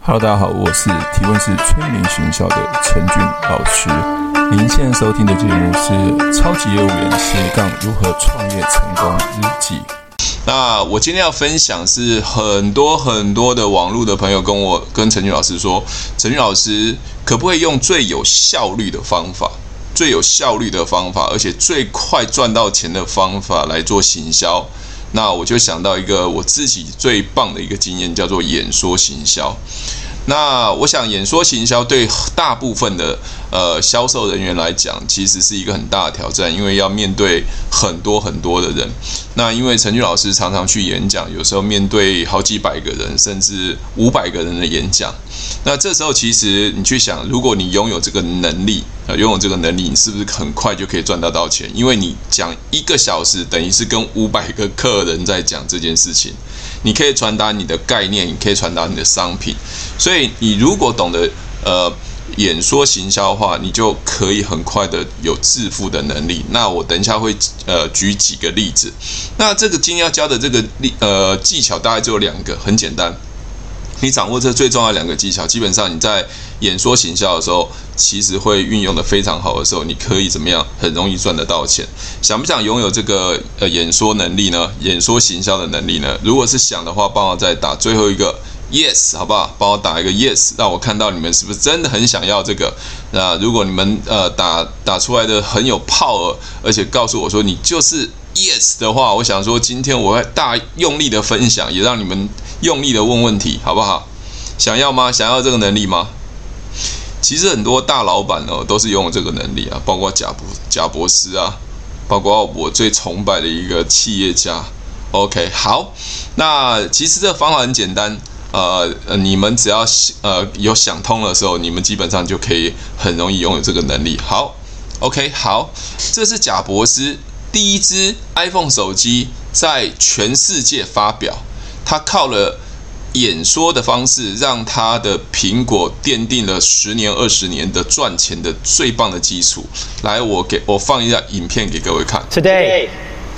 Hello， 大家好，我是提问式催眠学校的陈俊老师。您现在收听的节目是超级业务员如何创业成功日记。 那我今天要分享是很多的网络的朋友跟陈俊老师说，陈俊老师可不可以用最有效率的方法，而且最快赚到钱的方法来做行销？那我就想到一个我自己最棒的一个经验，叫做演说行销。那我想演说行销对大部分的销售人员来讲，其实是一个很大的挑战，因为要面对很多的人。那因为陈俊老师常常去演讲，有时候面对好几百个人，甚至500个人的演讲。那这时候其实你去想，如果你拥有这个能力，你是不是很快就可以赚得到钱？因为你讲1个小时，等于是跟500个客人在讲这件事情，你可以传达你的概念，你可以传达你的商品。所以你如果懂得演说行销的话，你就可以很快的有致富的能力。那我等一下会举几个例子。那这个今天要教的这个技巧大概只有2个，很简单。你掌握这最重要的2个技巧，基本上你在演说行销的时候，其实会运用的非常好的时候，你可以怎么样？很容易赚得到钱。想不想拥有这个演说能力呢？演说行销的能力呢？如果是想的话，帮我再打最后一个 yes， 好不好？帮我打一个 yes， 让我看到你们是不是真的很想要这个。那如果你们打出来的很有 power， 而且告诉我说你就是 yes 的话，我想说今天我会大用力的分享，也让你们用力的问问题，好不好？想要吗？想要这个能力吗？其实很多大老板都是拥有这个能力啊，包括贾伯斯啊，包括我最崇拜的一个企业家。OK， 好，那其实这个方法很简单，你们只要有想通的时候，你们基本上就可以很容易拥有这个能力。好 ，OK， 好，这是贾伯斯第一支 iPhone 手机在全世界发表，他靠了演说的方式，让他的苹果奠定了10年、20年的赚钱的最棒的基础。来，我放一下影片给各位看。 Today,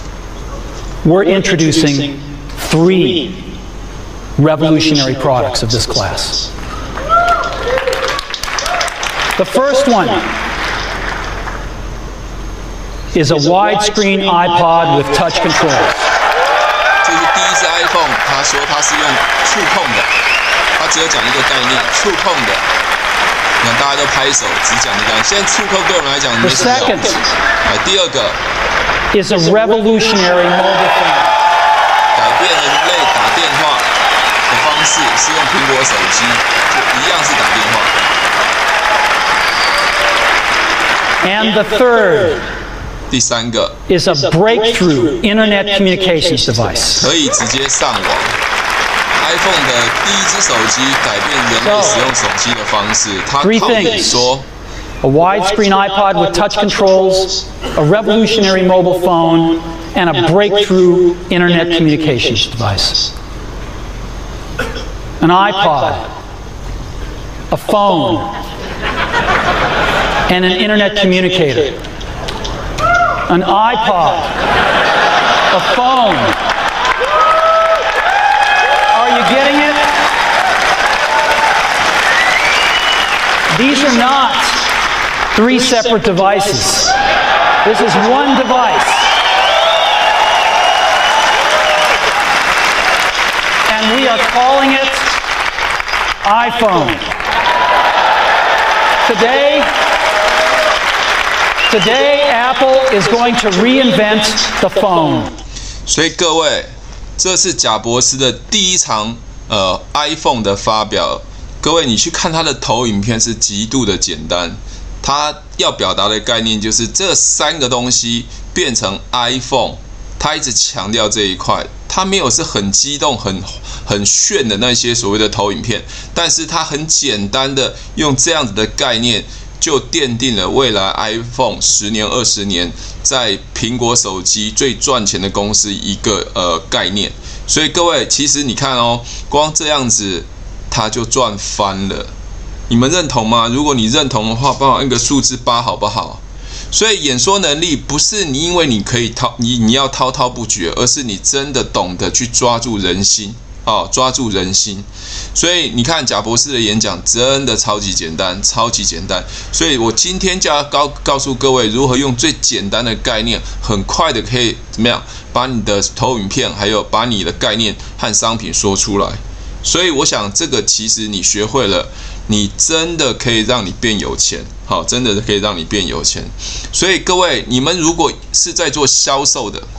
we're introducing 3 revolutionary products of this class. The first one is a widescreen iPod with touch controls. 这是第一支 iPhone， 他说他是用触控的，他只有讲一个概念，触控的。那大家都拍手，只讲一个概念。现在触控对我们来讲没什么了不起。第2个 is a revolutionary mobile phone. 改变人类打电话的方式是用苹果手机，就一样是打电话。 And the third 第3个 is a breakthrough internet communications device. 可以直接上网。iPhone 的第一支手机改变人类使用手机的方式，它可以说 a widescreen iPod with touch controls, a revolutionary mobile phone, and a breakthrough internet communications device. An iPod, a phone, and an internet communicator. An iPod, a phone. Are you getting it? These are not 3 separate devices. This is one device. And we are calling it iPhone. Today, Apple is going to reinvent the phone. 所以各位，这是贾伯斯的第一场iPhone 的发表。各位，你去看他的投影片是极度的简单，他要表达的概念就是这3个东西变成 iPhone。他一直强调这一块，他没有是很激动、很炫的那些所谓的投影片，但是他很简单的用这样子的概念，就奠定了未来 iPhone 10年、20年在苹果手机最赚钱的公司一个概念。所以各位，其实你看哦，光这样子他就赚翻了。你们认同吗？如果你认同的话，帮我按个数字8好不好？所以演说能力不是你因为你可以你要滔滔不绝，而是你真的懂得去抓住人心， 抓住人心。所以你看贾博士的演讲真的超级简单，超级简单。所以我今天就要告诉各位如何用最简单的概念，很快的可以怎么样把你的投影片，还有把你的概念和商品说出来。所以我想这个其实你学会了，你真的可以让你变有钱，好，真的可以让你变有钱。所以各位，你们如果是在做销售的，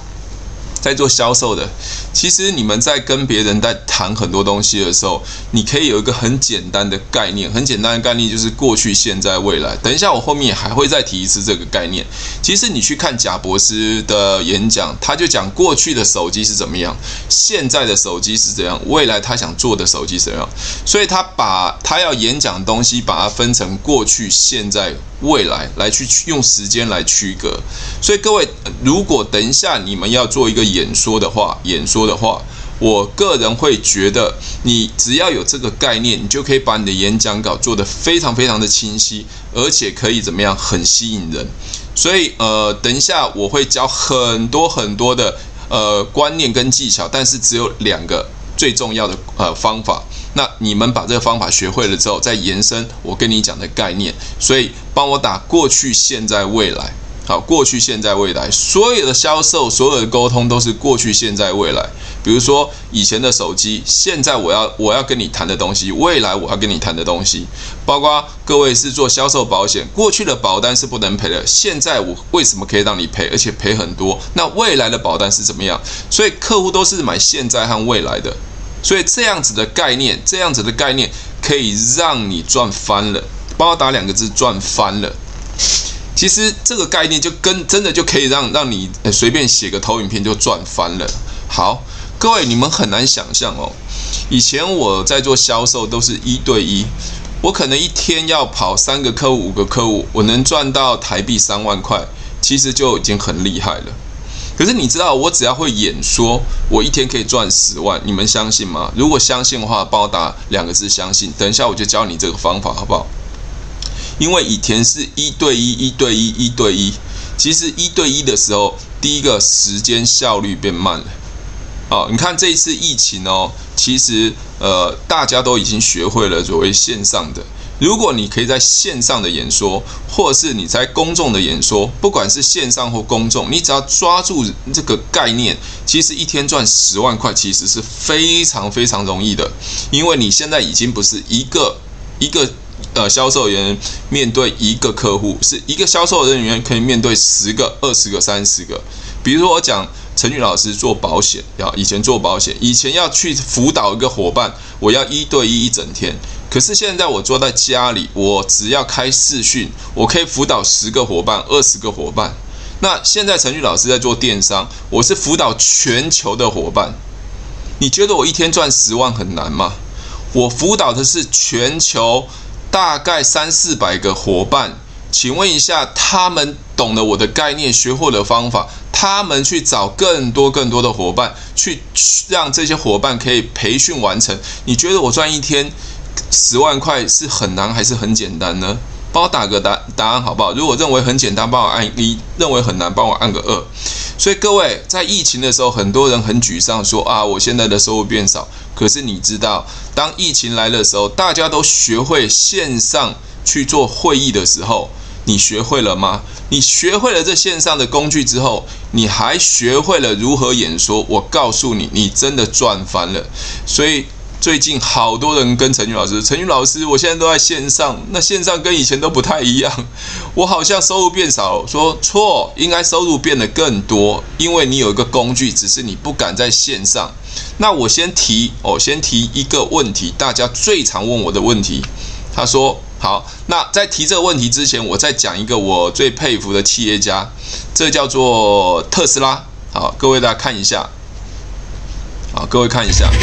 其实你们在跟别人在谈很多东西的时候，你可以有一个很简单的概念，很简单的概念就是过去、现在、未来。等一下我后面还会再提一次这个概念。其实你去看贾博士的演讲，他就讲过去的手机是怎么样，现在的手机是怎样，未来他想做的手机是怎样。所以他把他要演讲的东西把它分成过去、现在、未来来去用时间来区隔。所以各位，如果等一下你们要做一个演说的话，我个人会觉得，你只要有这个概念，你就可以把你的演讲稿做得非常非常的清晰，而且可以怎么样，很吸引人。所以等一下我会教很多很多的观念跟技巧，但是只有2个最重要的方法。那你们把这个方法学会了之后，再延伸我跟你讲的概念。所以帮我打过去、现在、未来。好，过去、现在、未来，所有的销售、所有的沟通都是过去、现在、未来。比如说以前的手机，现在我要跟你谈的东西，未来我要跟你谈的东西，包括各位是做销售保险，过去的保单是不能赔的，现在我为什么可以让你赔，而且赔很多？那未来的保单是怎么样？所以客户都是买现在和未来的，所以这样子的概念可以让你赚翻了。帮我打2个字，赚翻了。其实这个概念真的就可以让你随便写个投影片就赚翻了。好，各位你们很难想象哦，以前我在做销售都是1对1，我可能一天要跑3个客户、5个客户，我能赚到台币3万块，其实就已经很厉害了。可是你知道，我只要会演说，我一天可以赚10万，你们相信吗？如果相信的话，帮我打2个字，相信。等一下我就教你这个方法，好不好？因为以前是1对1，其实1对1的时候，第一个时间效率变慢了。你看这一次疫情哦，其实大家都已经学会了所谓线上的。如果你可以在线上的演说，或者是你在公众的演说，不管是线上或公众，你只要抓住这个概念，其实一天赚10万块其实是非常非常容易的，因为你现在已经不是一个销售人员面对1个客户，是一个销售人员可以面对10个、20个、30个。比如说我讲陈宇老师做保险，以前做保险，以前要去辅导一个伙伴，我要1对1一整天。可是现在我坐在家里，我只要开视讯，我可以辅导10个伙伴、20个伙伴。那现在陈宇老师在做电商，我是辅导全球的伙伴。你觉得我一天赚10万很难吗？我辅导的是全球大概300-400个伙伴，请问一下，他们懂了我的概念，学会了方法，他们去找更多的伙伴，去让这些伙伴可以培训完成。你觉得我赚一天10万块是很难还是很简单呢？帮我打个答案好不好？如果认为很简单，帮我按1；认为很难，帮我按个2。所以各位，在疫情的时候，很多人很沮丧，说我现在的收入变少。可是你知道，当疫情来的时候，大家都学会线上去做会议的时候，你学会了吗？你学会了这线上的工具之后，你还学会了如何演说。我告诉你，你真的赚翻了。所以最近好多人跟陈宇老师，我现在都在线上，那线上跟以前都不太一样，我好像收入变少了。说错，应该收入变得更多，因为你有一个工具，只是你不敢在线上。那我先提一个问题，大家最常问我的问题。他说好，那在提这个问题之前，我再讲一个我最佩服的企业家，这叫做特斯拉。好，各位大家看一下。好，各位看一下。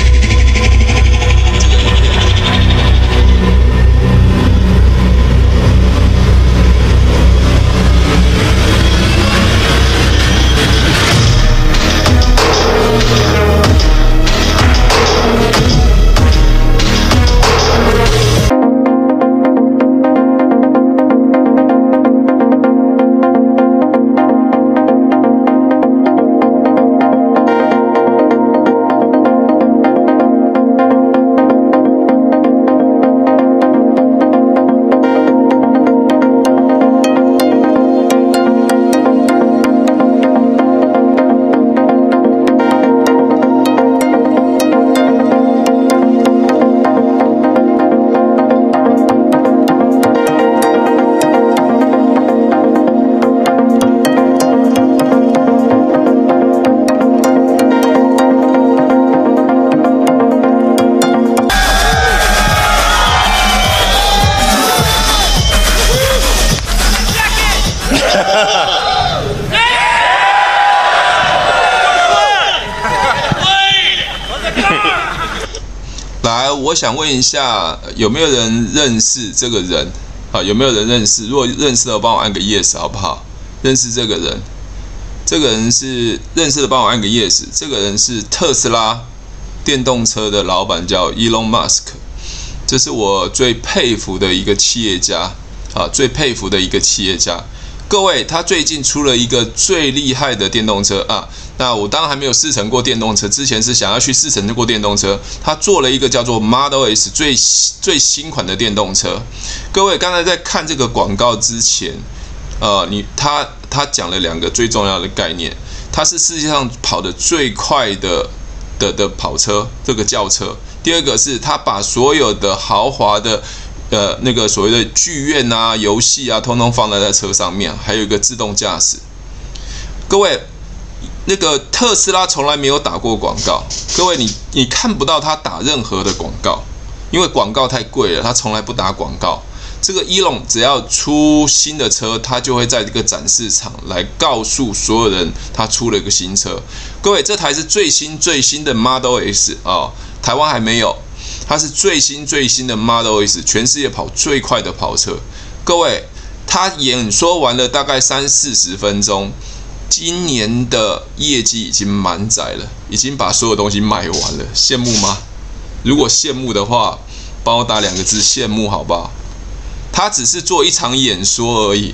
我想问一下，有没有人认识这个人？有没有人认识？如果认识的，帮我按个 yes 好不好？认识这个人，这个人是认识的，帮我按个 yes。这个人是特斯拉电动车的老板，叫 Elon Musk。这是我最佩服的一个企业家最佩服的一个企业家。各位，他最近出了一个最厉害的电动车那我当然还没有试乘过电动车，之前是想要去试乘过电动车。他做了一个叫做 Model S 最新款的电动车。各位刚才在看这个广告之前，他讲了2个最重要的概念。它是世界上跑得最快的跑车，这个轿车。第二个是他把所有的豪华的那个所谓的剧院游戏通通放在车上面，还有一个自动驾驶。各位，那个特斯拉从来没有打过广告，各位你看不到他打任何的广告，因为广告太贵了，他从来不打广告。这个Elon只要出新的车，他就会在这个展示场来告诉所有人他出了一个新车。各位，这台是最新的 Model S 台湾还没有，它是最新的 Model S， 全世界跑最快的跑车。各位，他演说完了大概30-40分钟，今年的业绩已经满载了，已经把所有东西卖完了，羡慕吗？如果羡慕的话，帮我打2个字羡慕好不好？他只是做一场演说而已，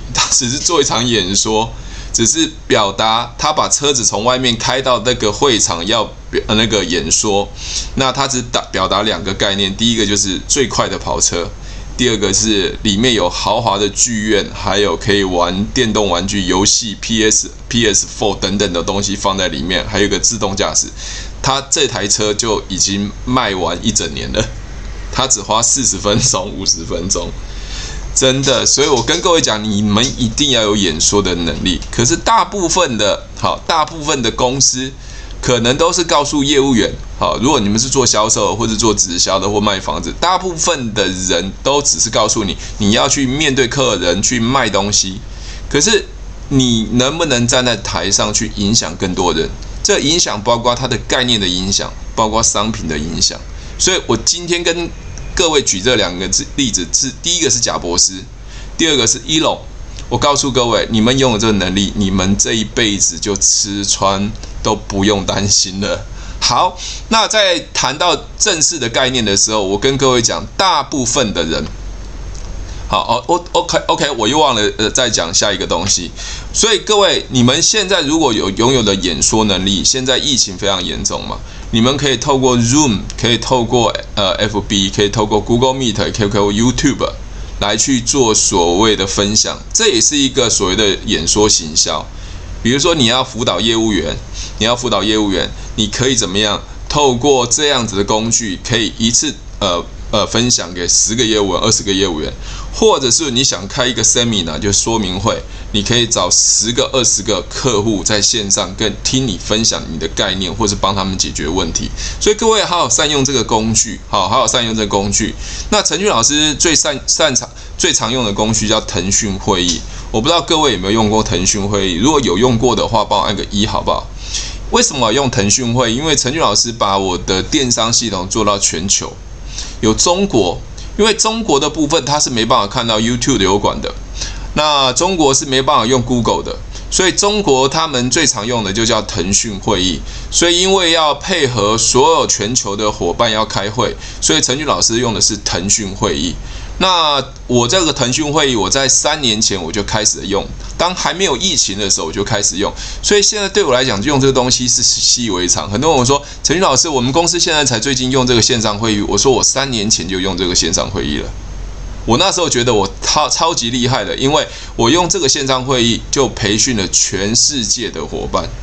只是表达他把车子从外面开到那个会场要那个演说。那他只表达2个概念，第一个就是最快的跑车，第二个是里面有豪华的剧院，还有可以玩电动玩具游戏 PS4 等等的东西放在里面，还有一个自动驾驶。他这台车就已经卖完1整年了，他只花40分钟50分钟，真的。所以我跟各位讲，你们一定要有演说的能力。可是大部分的公司可能都是告诉业务员，如果你们是做销售或者做直销的或卖房子，大部分的人都只是告诉你，你要去面对客人去卖东西。可是你能不能站在台上去影响更多人？这影响包括它的概念的影响，包括商品的影响。所以我今天跟各位举这2个例子，第一个是贾伯斯，第二个是Elon。我告诉各位，你们拥有这个能力，你们这一辈子就吃穿都不用担心了。好，那在谈到正式的概念的时候，我跟各位讲，大部分的人，OK， 我又忘了再讲下一个东西。所以各位，你们现在如果有拥有的演说能力，现在疫情非常严重嘛，你们可以透过 Zoom， 可以透过FB， 可以透过 Google Meet， 可以透过 YouTube 来去做所谓的分享，这也是一个所谓的演说行销。比如说你要辅导业务员，你可以怎么样？透过这样子的工具，可以一次分享给10个业务员、20个业务员，或者是你想开一个 seminar 就说明会，你可以找10个、20个客户在线上跟听你分享你的概念，或是帮他们解决问题。所以各位好好善用这个工具，好好善用这个工具。那陈俊老师最常用的工具叫腾讯会议，我不知道各位有没有用过腾讯会议，如果有用过的话，帮我按个1好不好？为什么我用腾讯会？因为陈俊老师把我的电商系统做到全球，有中国，因为中国的部分它是没办法看到 YouTube 流管的，那中国是没办法用 Google 的，所以中国他们最常用的就叫腾讯会议。所以因为要配合所有全球的伙伴要开会，所以陈俊老师用的是腾讯会议。那我这个腾讯会议，我在3年前我就开始用，当还没有疫情的时候我就开始用，所以现在对我来讲，用这个东西是习以为常。很多人说，陈俊老师，我们公司现在才最近用这个线上会议，我说我3年前就用这个线上会议了。我那时候觉得我超级厉害的，因为我用这个线上会议就培训了全世界的伙伴，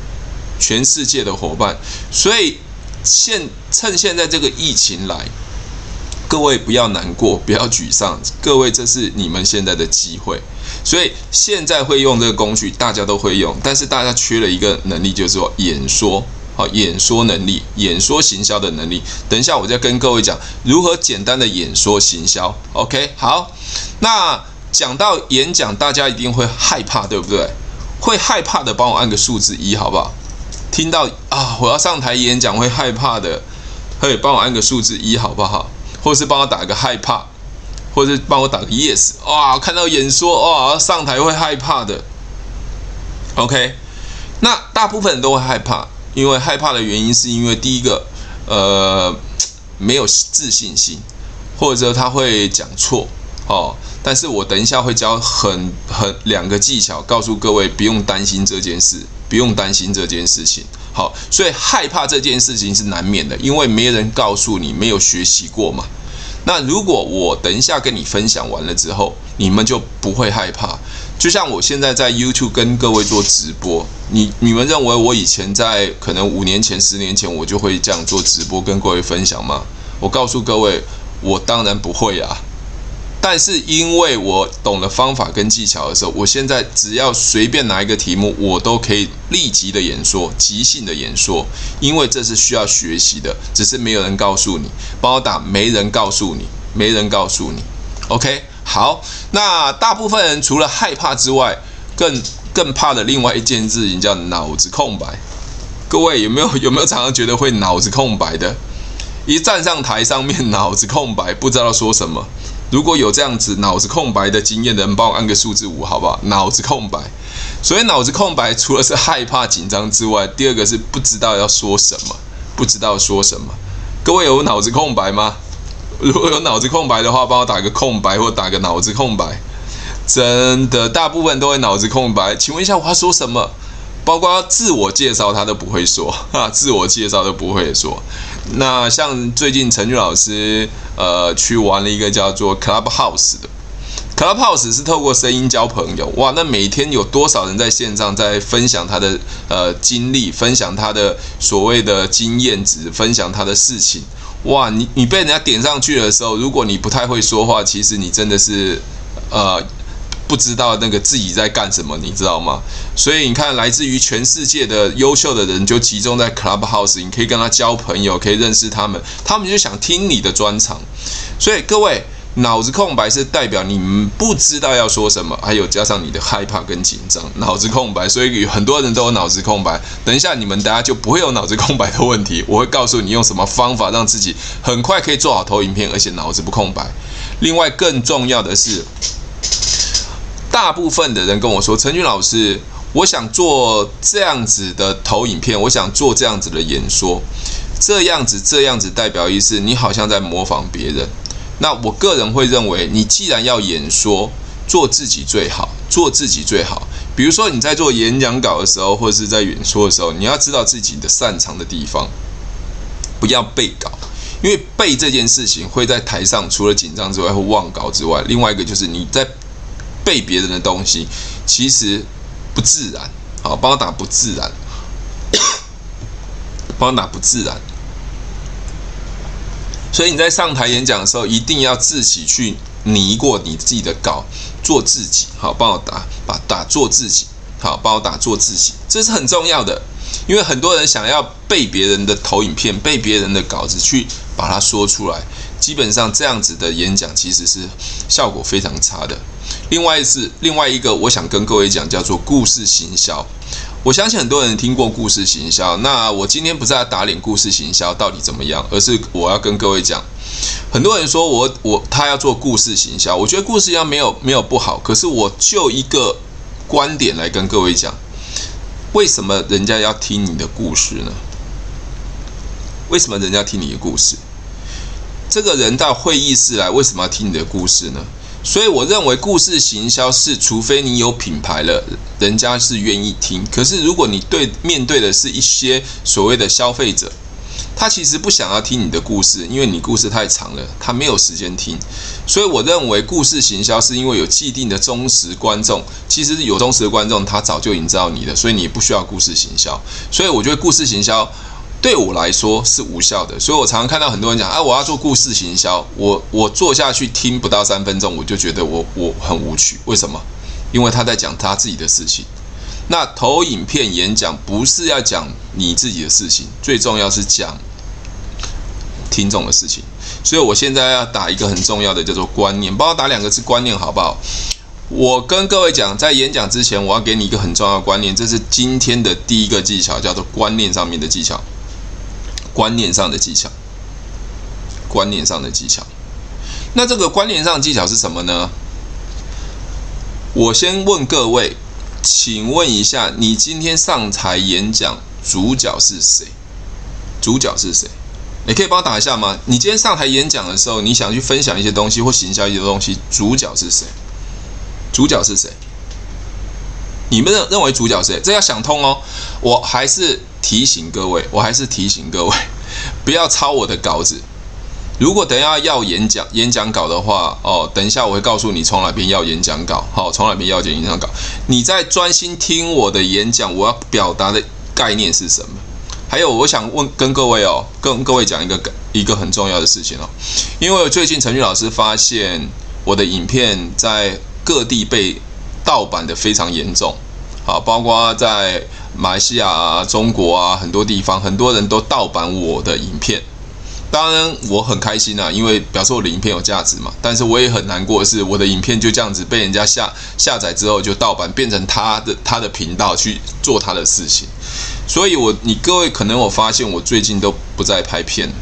所以趁现在这个疫情来，各位不要难过，不要沮丧，各位这是你们现在的机会。所以现在会用这个工具，大家都会用，但是大家缺了一个能力，就是说演说能力，演说行销的能力。等一下我再跟各位讲如何简单的演说行销。OK， 好，那讲到演讲，大家一定会害怕，对不对？会害怕的，帮我按个数字1，好不好？听到我要上台演讲会害怕的，帮我按个数字1，好不好？ 或是帮我打个害怕，或是帮我打个 yes， 哇，看到演说哇，上台会害怕的。OK， 那大部分人都会害怕，因为害怕的原因是因为第一个，没有自信心，或者他会讲错哦。但是我等一下会教2个技巧，告诉各位不用担心这件事，不用担心这件事情。好，所以害怕这件事情是难免的，因为没人告诉你，没有学习过嘛。那如果我等一下跟你分享完了之后，你们就不会害怕。就像我现在在 YouTube 跟各位做直播，你们认为我以前在可能5年前、10年前我就会这样做直播跟各位分享吗？我告诉各位，我当然不会啊。但是因为我懂了方法跟技巧的时候，我现在只要随便拿一个题目，我都可以立即的演说，即兴的演说，因为这是需要学习的，只是没有人告诉你，帮我打没人告诉你，没人告诉你。OK， 好，那大部分人除了害怕之外，更怕的另外一件事情叫脑子空白。各位有没有常常觉得会脑子空白的？一站上台上面脑子空白，不知道说什么。如果有这样子脑子空白的经验的人，帮我按个数字5，好不好？脑子空白，所以脑子空白除了是害怕紧张之外，第二个是不知道要说什么，不知道说什么。各位有脑子空白吗？如果有脑子空白的话，帮我打个空白或打个脑子空白。真的，大部分都会脑子空白。请问一下，我要说什么？包括自我介绍他都不会说，自我介绍都不会说。那像最近陈俊老师去玩了一个叫做 Clubhouse 的 ，Clubhouse 是透过声音交朋友，哇，那每天有多少人在线上在分享他的经历，分享他的所谓的经验值，分享他的事情，哇，你被人家点上去的时候，如果你不太会说话，其实你真的是不知道那个自己在干什么，你知道吗？所以你看，来自于全世界的优秀的人就集中在 Clubhouse， 你可以跟他交朋友，可以认识他们，他们就想听你的专场。所以各位，脑子空白是代表你不知道要说什么，还有加上你的害怕跟紧张，脑子空白。所以很多人都有脑子空白。等一下你们大家就不会有脑子空白的问题，我会告诉你用什么方法让自己很快可以做好投影片，而且脑子不空白。另外更重要的是，大部分的人跟我说，陈俊老师，我想做这样子的投影片，我想做这样子的演说，这样子代表意思，你好像在模仿别人。那我个人会认为，你既然要演说，做自己最好，做自己最好。比如说你在做演讲稿的时候，或者是在演说的时候，你要知道自己的擅长的地方，不要背稿。因为背这件事情会在台上除了紧张之外，会忘稿之外，另外一个就是你在背别人的东西，其实不自然。好，帮我打不自然，帮我打不自然。所以你在上台演讲的时候，一定要自己去拟过你自己的稿，做自己。好，帮我打做自己。好，帮我打做自己，这是很重要的。因为很多人想要背别人的投影片，背别人的稿子去把它说出来，基本上这样子的演讲其实是效果非常差的。另外一个，我想跟各位讲，叫做故事行销。我相信很多人听过故事行销，那我今天不是要打脸故事行销到底怎么样，而是我要跟各位讲，很多人说他要做故事行销，我觉得故事行销没有不好，可是我就一个观点来跟各位讲，为什么人家要听你的故事呢？为什么人家要听你的故事？这个人到会议室来，为什么要听你的故事呢？所以我认为故事行销是，除非你有品牌了，人家是愿意听。可是如果你面对的是一些所谓的消费者，他其实不想要听你的故事，因为你故事太长了，他没有时间听。所以我认为故事行销是因为有既定的忠实观众，其实有忠实的观众，他早就已经知道你的，所以你也不需要故事行销。所以我觉得故事行销对我来说是无效的，所以我常常看到很多人讲，我要做故事行销，我做下去听不到3分钟，我就觉得我很无趣。为什么？因为他在讲他自己的事情。那投影片演讲不是要讲你自己的事情，最重要是讲听众的事情。所以我现在要打一个很重要的叫做观念，帮我打2个字观念好不好？我跟各位讲，在演讲之前，我要给你一个很重要的观念，这是今天的第一个技巧，叫做观念上面的技巧。观念上的技巧， 观念上的技巧。那这个观念上的技巧是什么呢？我先问各位，请问一下，你今天上台演讲，主角是谁？主角是谁？你可以帮我打一下吗？你今天上台演讲的时候，你想去分享一些东西或行销一些东西，主角是谁？主角是谁？你们认为主角是谁？这要想通哦。我还是提醒各位，不要抄我的稿子。如果等一下要演讲稿的话，等一下我会告诉你从哪边要演讲稿，从哪边要演讲稿。你在专心听我的演讲，我要表达的概念是什么？还有，我想跟各位讲一个很重要的事情哦，因为最近陈俊老师发现我的影片在各地被盗版的非常严重，好，包括在马来西亚啊、中国啊很多地方，很多人都盗版我的影片。当然我很开心啊，因为表示我的影片有价值嘛。但是我也很难过的是，我的影片就这样子被人家下载之后就盗版，变成他的频道去做他的事情。所以你各位可能有发现，我最近都不再拍片了。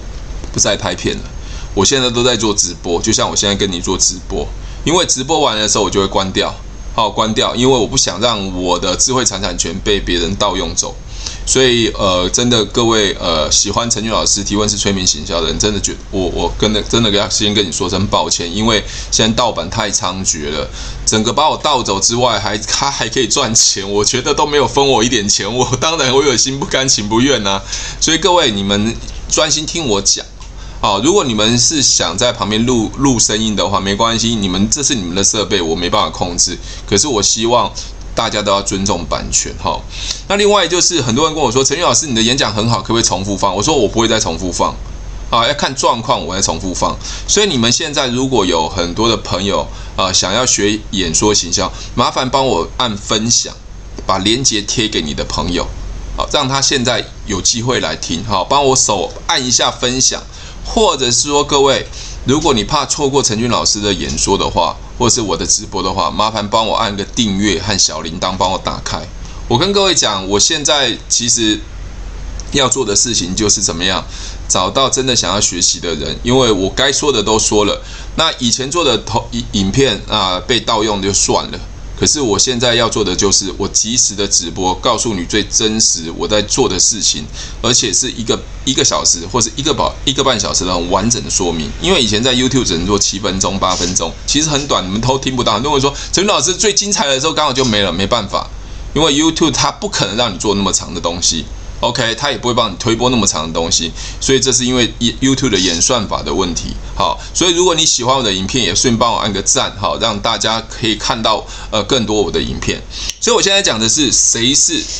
我现在都在做直播，就像我现在跟你做直播，因为直播完的时候我就会关掉，因为我不想让我的智慧财产权被别人盗用走。所以真的各位喜欢陈俊老师提问式催眠行销的人，真的我真的要先跟你说声抱歉，因为现在盗版太猖獗了，整个把我盗走之外，他还可以赚钱，我觉得都没有分我一点钱，我当然我有心不甘情不愿啊。所以各位你们专心听我讲。好，如果你们是想在旁边录声音的话，没关系，这是你们的设备，我没办法控制。可是我希望大家都要尊重版权哈。那另外就是很多人跟我说，陈俊老师你的演讲很好，可不可以重复放？我说我不会再重复放，要看状况我再重复放。所以你们现在如果有很多的朋友想要学演说行销，麻烦帮我按分享，把连结贴给你的朋友，好，让他现在有机会来听，好，帮我手按一下分享。或者是说各位，如果你怕错过陈俊老师的演说的话，或者是我的直播的话，麻烦帮我按个订阅和小铃铛帮我打开。我跟各位讲，我现在其实要做的事情就是怎么样找到真的想要学习的人，因为我该说的都说了，那以前做的影片被盗用就算了，可是我现在要做的就是我及时的直播，告诉你最真实我在做的事情，而且是一个小时或是一个半小时的很完整的说明。因为以前在 YouTube 只能做7分钟、8分钟，其实很短，你们都听不到。很多人说陈俊老师最精彩的时候刚好就没了，没办法，因为 YouTube 它不可能让你做那么长的东西。OK， 它也不会帮你推播那么长的东西，所以这是因为 YouTube 的演算法的问题。好，所以如果你喜欢我的影片，也顺便帮我按个赞，好，让大家可以看到更多我的影片。所以我现在讲的是谁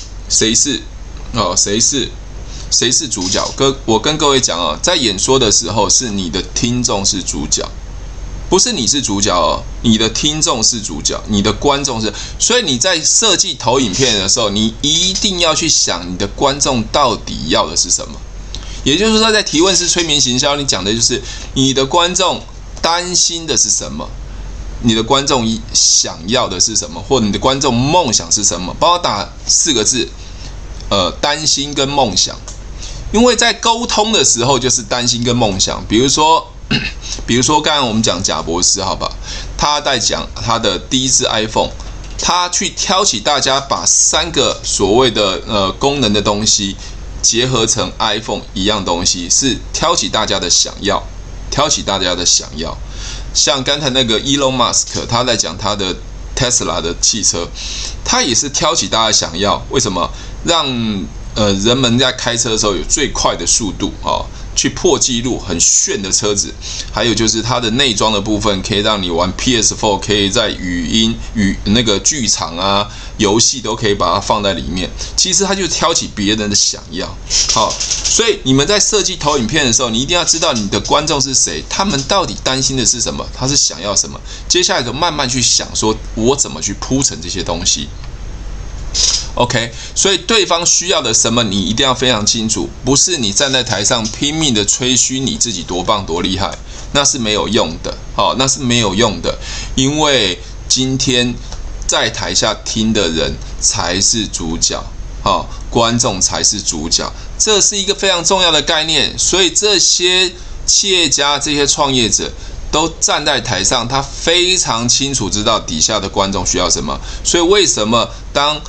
是主角？我跟各位讲啊，在演说的时候，是你的听众是主角。不是你是主角哦，你的听众是主角，你的观众是。所以你在设计投影片的时候，你一定要去想你的观众到底要的是什么。也就是说，在提问式催眠行销，你讲的就是你的观众担心的是什么，你的观众想要的是什么，或者你的观众梦想是什么。帮我打4个字，担心跟梦想。因为在沟通的时候，就是担心跟梦想。比如说刚才我们讲贾博士，好吧，他在讲他的第一支 iPhone， 他去挑起大家把3个所谓的功能的东西结合成 iPhone 一样东西，是挑起大家的想要，像刚才那个 Elon Musk， 他在讲他的 Tesla 的汽车，他也是挑起大家想要，为什么？让人们在开车的时候有最快的速度去破纪录，很炫的车子。还有就是它的内装的部分，可以让你玩 PS4， 可以在语音那个剧场啊、游戏都可以把它放在里面。其实它就挑起别人的想要。好，所以你们在设计投影片的时候，你一定要知道你的观众是谁，他们到底担心的是什么，他是想要什么。接下来就慢慢去想，说我怎么去铺陈这些东西。OK， 所以对方需要的什么，你一定要非常清楚，不是你站在台上拼命的吹嘘你自己多棒多厉害，那是没有用的。那是没有用的，因为今天在台下听的人才是主角，观众才是主角，这是一个非常重要的概念。所以这些企业家这些创业者都站在台上，他非常清楚知道底下的观众需要什么。所以为什么当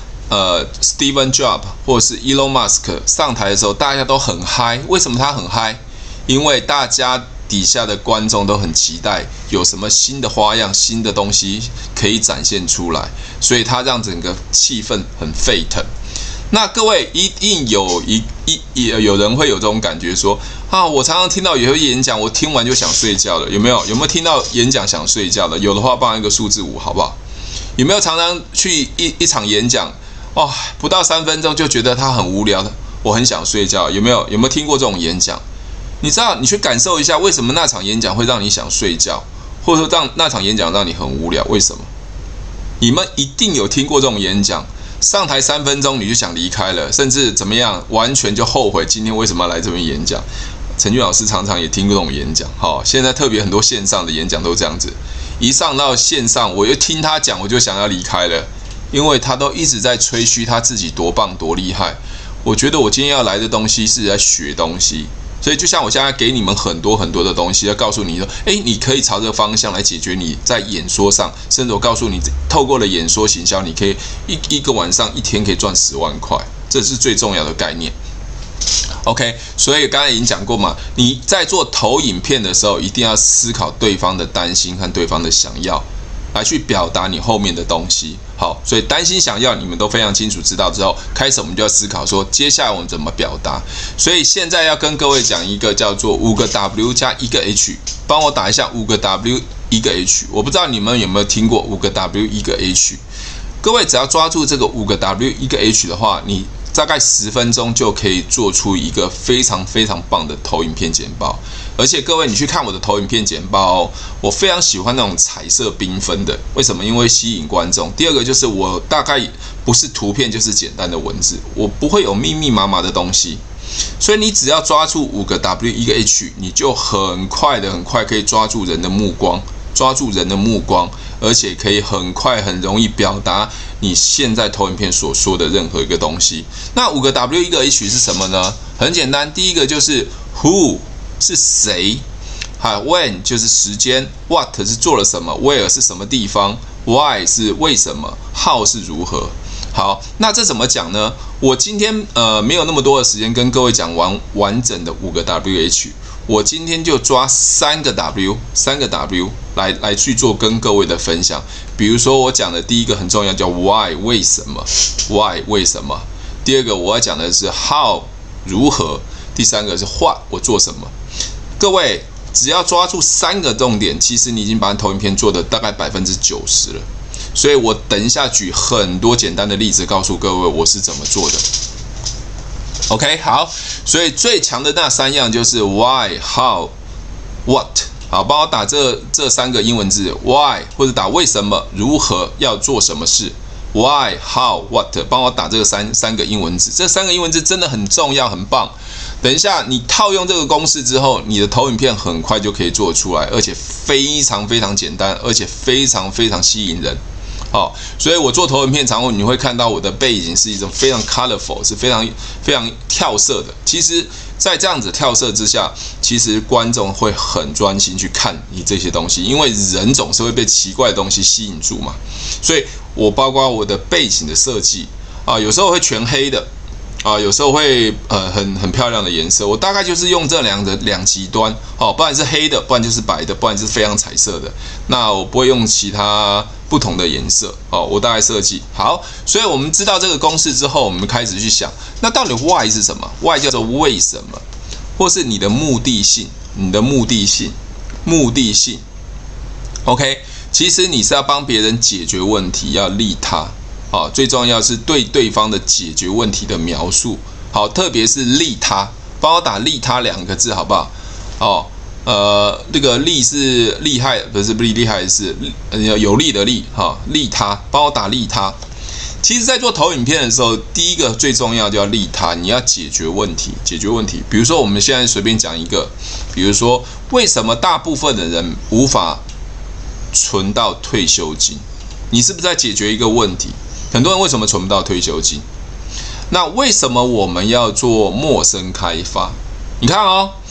Steve Jobs 或者是 Elon Musk 上台的时候，大家都很嗨？为什么他很嗨？因为大家底下的观众都很期待有什么新的花样、新的东西可以展现出来，所以他让整个气氛很沸腾。那各位一定有人会有这种感觉说啊，我常常听到有些演讲，我听完就想睡觉了。有没有听到演讲想睡觉的？有的话帮一个数字5好不好？有没有常常去一场演讲，哇，不到3分钟就觉得它很无聊的，我很想睡觉？有没有听过这种演讲？你知道，你去感受一下，为什么那场演讲会让你想睡觉，或者说那场演讲让你很无聊？为什么？你们一定有听过这种演讲。上台3分钟你就想离开了，甚至怎么样，完全就后悔今天为什么要来这边演讲。陈俊老师常常也听过这种演讲，现在特别很多线上的演讲都这样子，一上到线上，我又听他讲，我就想要离开了，因为他都一直在吹嘘他自己多棒多厉害。我觉得我今天要来的东西是在学东西。所以就像我现在给你们很多的东西，要告诉你说，你可以朝这个方向来解决你在演说上，甚至我告诉你，透过了演说行销，你可以一个晚上1天可以赚10万块，这是最重要的概念。OK， 所以刚才已经讲过嘛，你在做投影片的时候，一定要思考对方的担心和对方的想要，来去表达你后面的东西。好，所以担心想要你们都非常清楚知道之后，开始我们就要思考说，接下来我们怎么表达。所以现在要跟各位讲一个叫做5个 W 加1个 H， 帮我打一下5个 W 1个 H。我不知道你们有没有听过5个 W 1个 H。各位只要抓住这个5个 W 1个 H 的话，你大概10分钟就可以做出一个非常非常棒的投影片简报。而且各位，你去看我的投影片简报我非常喜欢那种彩色缤纷的。为什么？因为吸引观众。第二个就是我大概不是图片就是简单的文字，我不会有密密麻麻的东西。所以你只要抓住5个 W 1个 H， 你就很快可以抓住人的目光，而且可以很快很容易表达你现在投影片所说的任何一个东西。那5个 W 1个 H 是什么呢？很简单，第一个就是 Who 是谁，When 就是时间， What 是做了什么， Where 是什么地方， Why 是为什么， How 是如何。好，那这怎么讲呢？我今天没有那么多的时间跟各位讲完整的5个 WH， 我今天就抓3个 W 来去做跟各位的分享。比如说我讲的第一个很重要，叫 Why 为什么， Why 为什么。第二个我要讲的是 How 如何。第三个是 What 我做什么。各位只要抓住3个重点，其实你已经把投影片做的大概90%了。所以我等一下举很多简单的例子告诉各位我是怎么做的。OK， 好，所以最强的那3样就是 Why, How, What。好，帮我打这3个英文字 Why， 或者打为什么，如何，要做什么事。Why, How, What， 帮我打这个三个英文字。这3个英文字真的很重要，很棒。等一下你套用这个公式之后，你的投影片很快就可以做出来，而且非常非常简单，而且非常非常吸引人。好，所以我做投影片常你会看到我的背景是一种非常 colorful， 是非常非常跳色的。其实在这样子跳色之下，其实观众会很专心去看你这些东西，因为人总是会被奇怪的东西吸引住嘛。所以我包括我的背景的设计有时候会全黑的有时候会很漂亮的颜色，我大概就是用这两极端不然是黑的，不然就是白的，不然就是非常彩色的。那我不会用其他不同的颜色我大概设计好。所以我们知道这个公式之后，我们开始去想，那到底 Why 是什么？ Why 叫做为什么，或是你的目的性。OK， 其实你是要帮别人解决问题，要利他最重要是对对方的解决问题的描述。好，特别是利他，帮我打利他2个字好不好？那个利是厉害，不是厉害，是有利的利利他，帮我打利他。其实在做投影片的时候，第一个最重要就要利他，你要解决问题。比如说我们现在随便讲一个，比如说为什么大部分的人无法存到退休金？你是不是在解决一个问题？很多人为什么存不到退休金？那为什么我们要做陌生开发？你看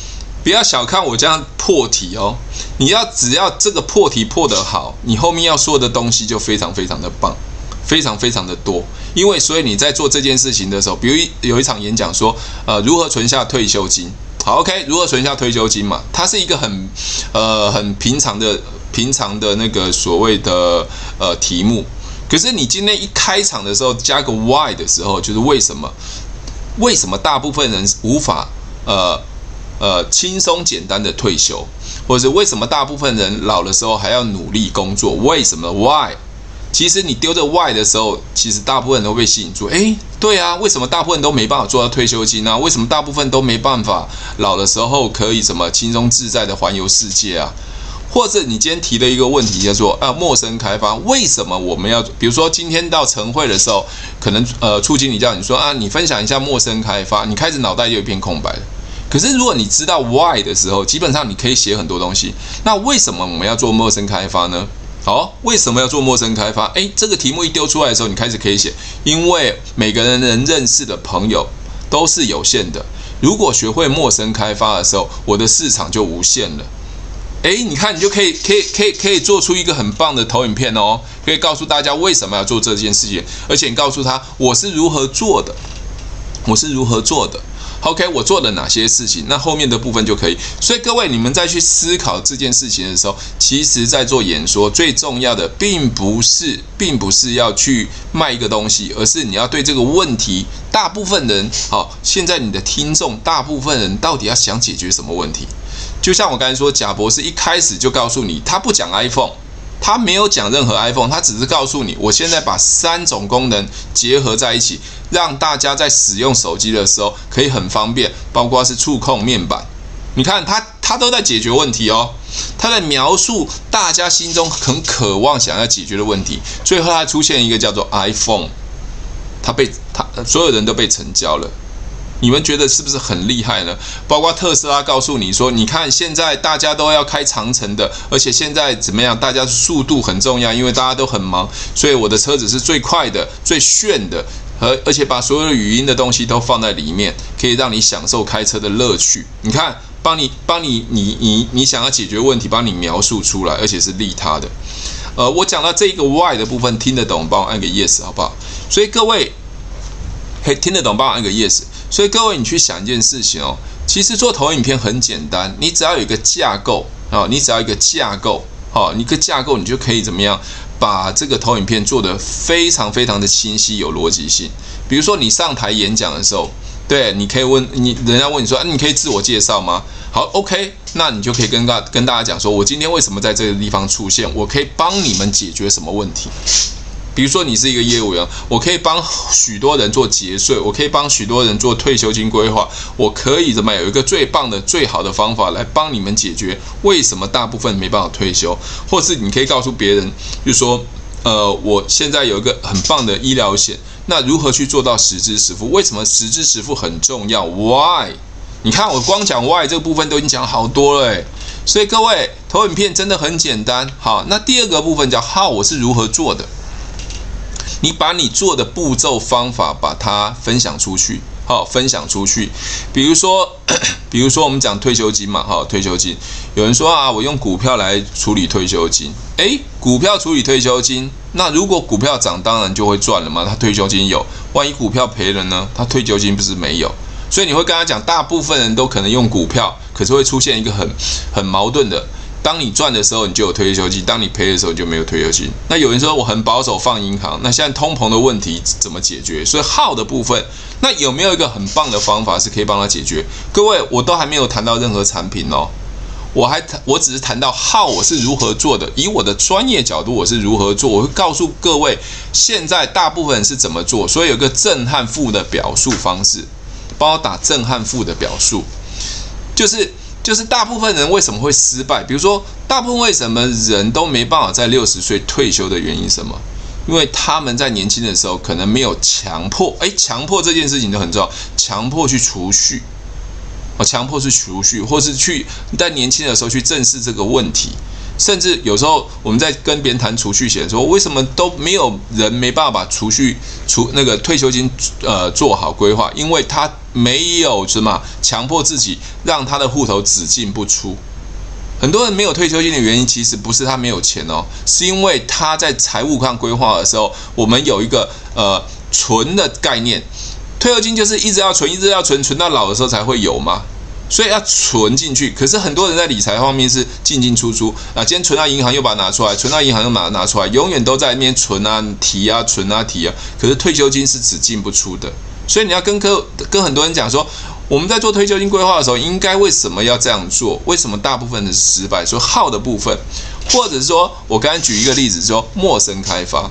不要小看我这样破题哦，只要这个破题破得好，你后面要说的东西就非常非常的棒，非常非常的多。因为所以你在做这件事情的时候，比如有一场演讲说，如何存下退休金。好 ，OK， 如何存下退休金嘛？它是一个很平常的那个所谓的题目。可是你今天一开场的时候加个 why 的时候，就是为什么大部分人无法轻松简单的退休，或者是为什么大部分人老的时候还要努力工作？为什么 why？其实你丢着 why 的时候，其实大部分人都被吸引住。对啊，为什么大部分人都没办法做到退休金啊？为什么大部分都没办法老的时候可以轻松自在的环游世界啊？或者你今天提的一个问题叫做陌生开发，为什么我们要？比如说今天到晨会的时候，可能处经理叫你说你分享一下陌生开发，你开始脑袋就一片空白了。可是如果你知道 why 的时候，基本上你可以写很多东西。那为什么我们要做陌生开发呢？为什么要做陌生开发？这个题目一丢出来的时候，你开始可以写，因为每个人能认识的朋友都是有限的。如果学会陌生开发的时候，我的市场就无限了。你看，你就可以做出一个很棒的投影片哦，可以告诉大家为什么要做这件事情，而且你告诉他我是如何做的。OK， 我做了哪些事情？那后面的部分就可以。所以各位，你们再去思考这件事情的时候，其实在做演说最重要的，并不是要去卖一个东西，而是你要对这个问题，大部分人，现在你的听众，大部分人到底要想解决什么问题？就像我刚才说，贾博士一开始就告诉你，他不讲 iPhone。他没有讲任何 iPhone， 他只是告诉你，我现在把3种功能结合在一起，让大家在使用手机的时候可以很方便，包括是触控面板。你看他都在解决问题哦，他在描述大家心中很渴望想要解决的问题。最后他出现一个叫做 iPhone， 所有人都被成交了。你们觉得是不是很厉害呢？包括特斯拉告诉你说，你看现在大家都要开长程的，而且现在怎么样？大家速度很重要，因为大家都很忙，所以我的车子是最快的、最炫的，而且把所有的语音的东西都放在里面，可以让你享受开车的乐趣。你看，帮你想要解决问题，帮你描述出来，而且是利他的。我讲到这个 why 的部分，听得懂帮我按个 yes 好不好？所以各位可以听得懂帮我按个 yes。所以各位，你去想一件事情哦，其实做投影片很简单，你只要有一个架构你只要一个架构你一个架构，你就可以怎么样把这个投影片做得非常非常的清晰，有逻辑性。比如说你上台演讲的时候，对，你可以人家问你说你可以自我介绍吗？好 ，OK， 那你就可以跟大家讲说，我今天为什么在这个地方出现，我可以帮你们解决什么问题。比如说你是一个业务员，我可以帮许多人做节税，我可以帮许多人做退休金规划，我可以有一个最棒的、最好的方法来帮你们解决为什么大部分没办法退休，或是你可以告诉别人，就是说，我现在有一个很棒的医疗险，那如何去做到实支实付？为什么实支实付很重要 ？Why？ 你看我光讲 Why 这个部分都已经讲好多了所以各位，投影片真的很简单。好，那第二个部分叫 How， 我是如何做的。你把你做的步骤方法把它分享出去，分享出去。比如说我们讲退休金嘛，退休金，有人说我用股票来处理退休金，股票处理退休金，那如果股票涨，当然就会赚了嘛，他退休金有，万一股票赔了呢，他退休金不是没有。所以你会跟他讲，大部分人都可能用股票，可是会出现一个很矛盾的。当你赚的时候，你就有退休金；当你赔的时候，就没有退休金。那有人说我很保守放银行，那现在通膨的问题怎么解决？所以 how 的部分，那有没有一个很棒的方法是可以帮他解决？各位，我都还没有谈到任何产品哦，我只是谈到 how 我是如何做的，以我的专业角度我是如何做，我会告诉各位现在大部分人是怎么做。所以有个正和负的表述方式，帮我打正和负的表述，就是大部分人为什么会失败？比如说，大部分为什么人都没办法在60岁退休的原因是什么？因为他们在年轻的时候可能没有强迫，强迫这件事情就很重要，强迫去储蓄，强迫去储蓄，或是去在年轻的时候去正视这个问题。 甚至有时候我们在跟别人谈储蓄险，说为什么都没有人没办法把那个退休金做好规划，因为他没有什么强迫自己让他的户头只进不出。很多人没有退休金的原因，其实不是他没有钱哦，是因为他在财务上规划的时候，我们有一个存的概念。退休金就是一直要存，一直要存，存到老的时候才会有嘛，所以要存进去。可是很多人在理财方面是进进出出啊，今天存到银行又把它拿出来，存到银行又把它拿出来，永远都在那边存啊、提啊、存啊、提啊。可是退休金是只进不出的，所以你要跟很多人讲说，我们在做退休金规划的时候，应该为什么要这样做？为什么大部分的是失败？说耗的部分，或者是说我刚才举一个例子，说陌生开发。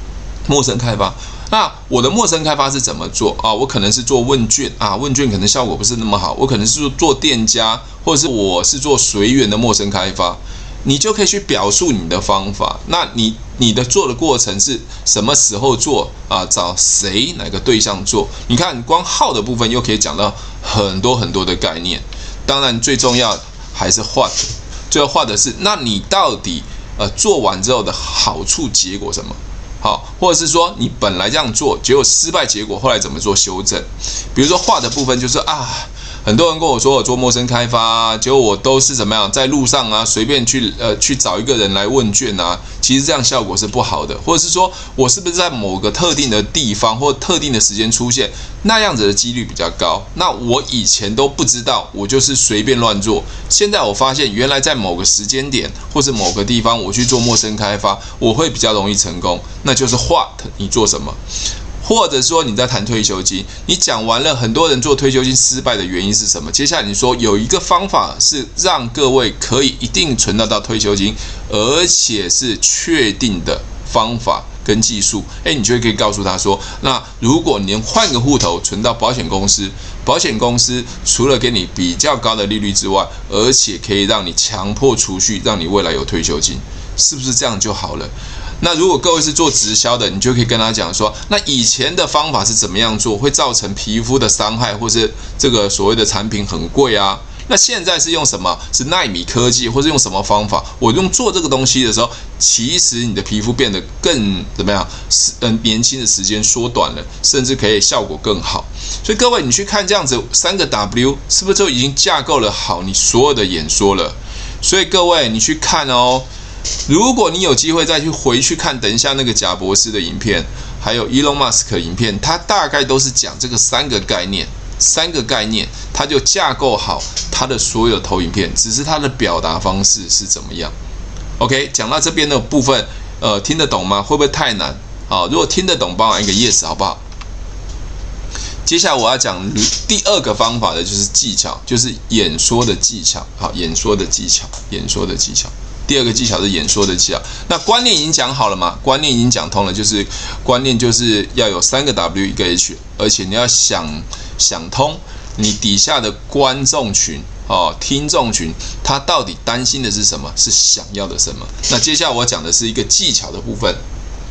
那我的陌生开发是怎么做啊？我可能是做问卷啊，问卷可能效果不是那么好，我可能是做店家，或者是我是做随缘的陌生开发，你就可以去表述你的方法。那你的做的过程是什么时候做啊？找谁哪个对象做？你看光耗的部分又可以讲到很多很多的概念。当然最重要还是what，最后what的是，那你到底做完之后的好处结果什么？好，或者是说你本来这样做，结果失败，结果后来怎么做修正？比如说画的部分就是很多人跟我说我做陌生开发，结果我都是怎么样，在路上啊随便去找一个人来问卷啊，其实这样效果是不好的。或者是说我是不是在某个特定的地方或特定的时间出现，那样子的几率比较高。那我以前都不知道，我就是随便乱做。现在我发现原来在某个时间点或是某个地方我去做陌生开发，我会比较容易成功。那就是 what 你做什么。或者说你在谈退休金，你讲完了很多人做退休金失败的原因是什么？接下来你说有一个方法是让各位可以一定存得到退休金，而且是确定的方法跟技术，你就可以告诉他说，那如果你能换个户头存到保险公司，保险公司除了给你比较高的利率之外，而且可以让你强迫储蓄，让你未来有退休金，是不是这样就好了？那如果各位是做直销的，你就可以跟他讲说，那以前的方法是怎么样做，会造成皮肤的伤害，或是这个所谓的产品很贵啊。那现在是用什么？是奈米科技，或是用什么方法？我用做这个东西的时候，其实你的皮肤变得更怎么样？年轻的时间缩短了，甚至可以效果更好。所以各位，你去看这样子3个 W， 是不是就已经架构了好你所有的演说了？所以各位，你去看哦。如果你有机会再回去看，等一下那个贾博士的影片，还有 Elon Musk 的影片，他大概都是讲这个3个概念，他就架构好他的所有投影片，只是他的表达方式是怎么样。OK， 讲到这边的部分，听得懂吗？会不会太难？好，如果听得懂，帮我一个 yes 好不好？接下来我要讲第2个方法的就是技巧，就是演说的技巧。好，演说的技巧。第2个技巧是演说的技巧。那观念已经讲好了嘛？观念已经讲通了，就是观念就是要有3个 W 1个 H， 而且你要想通你底下的观众群听众群，他到底担心的是什么，是想要的什么。那接下来我讲的是一个技巧的部分。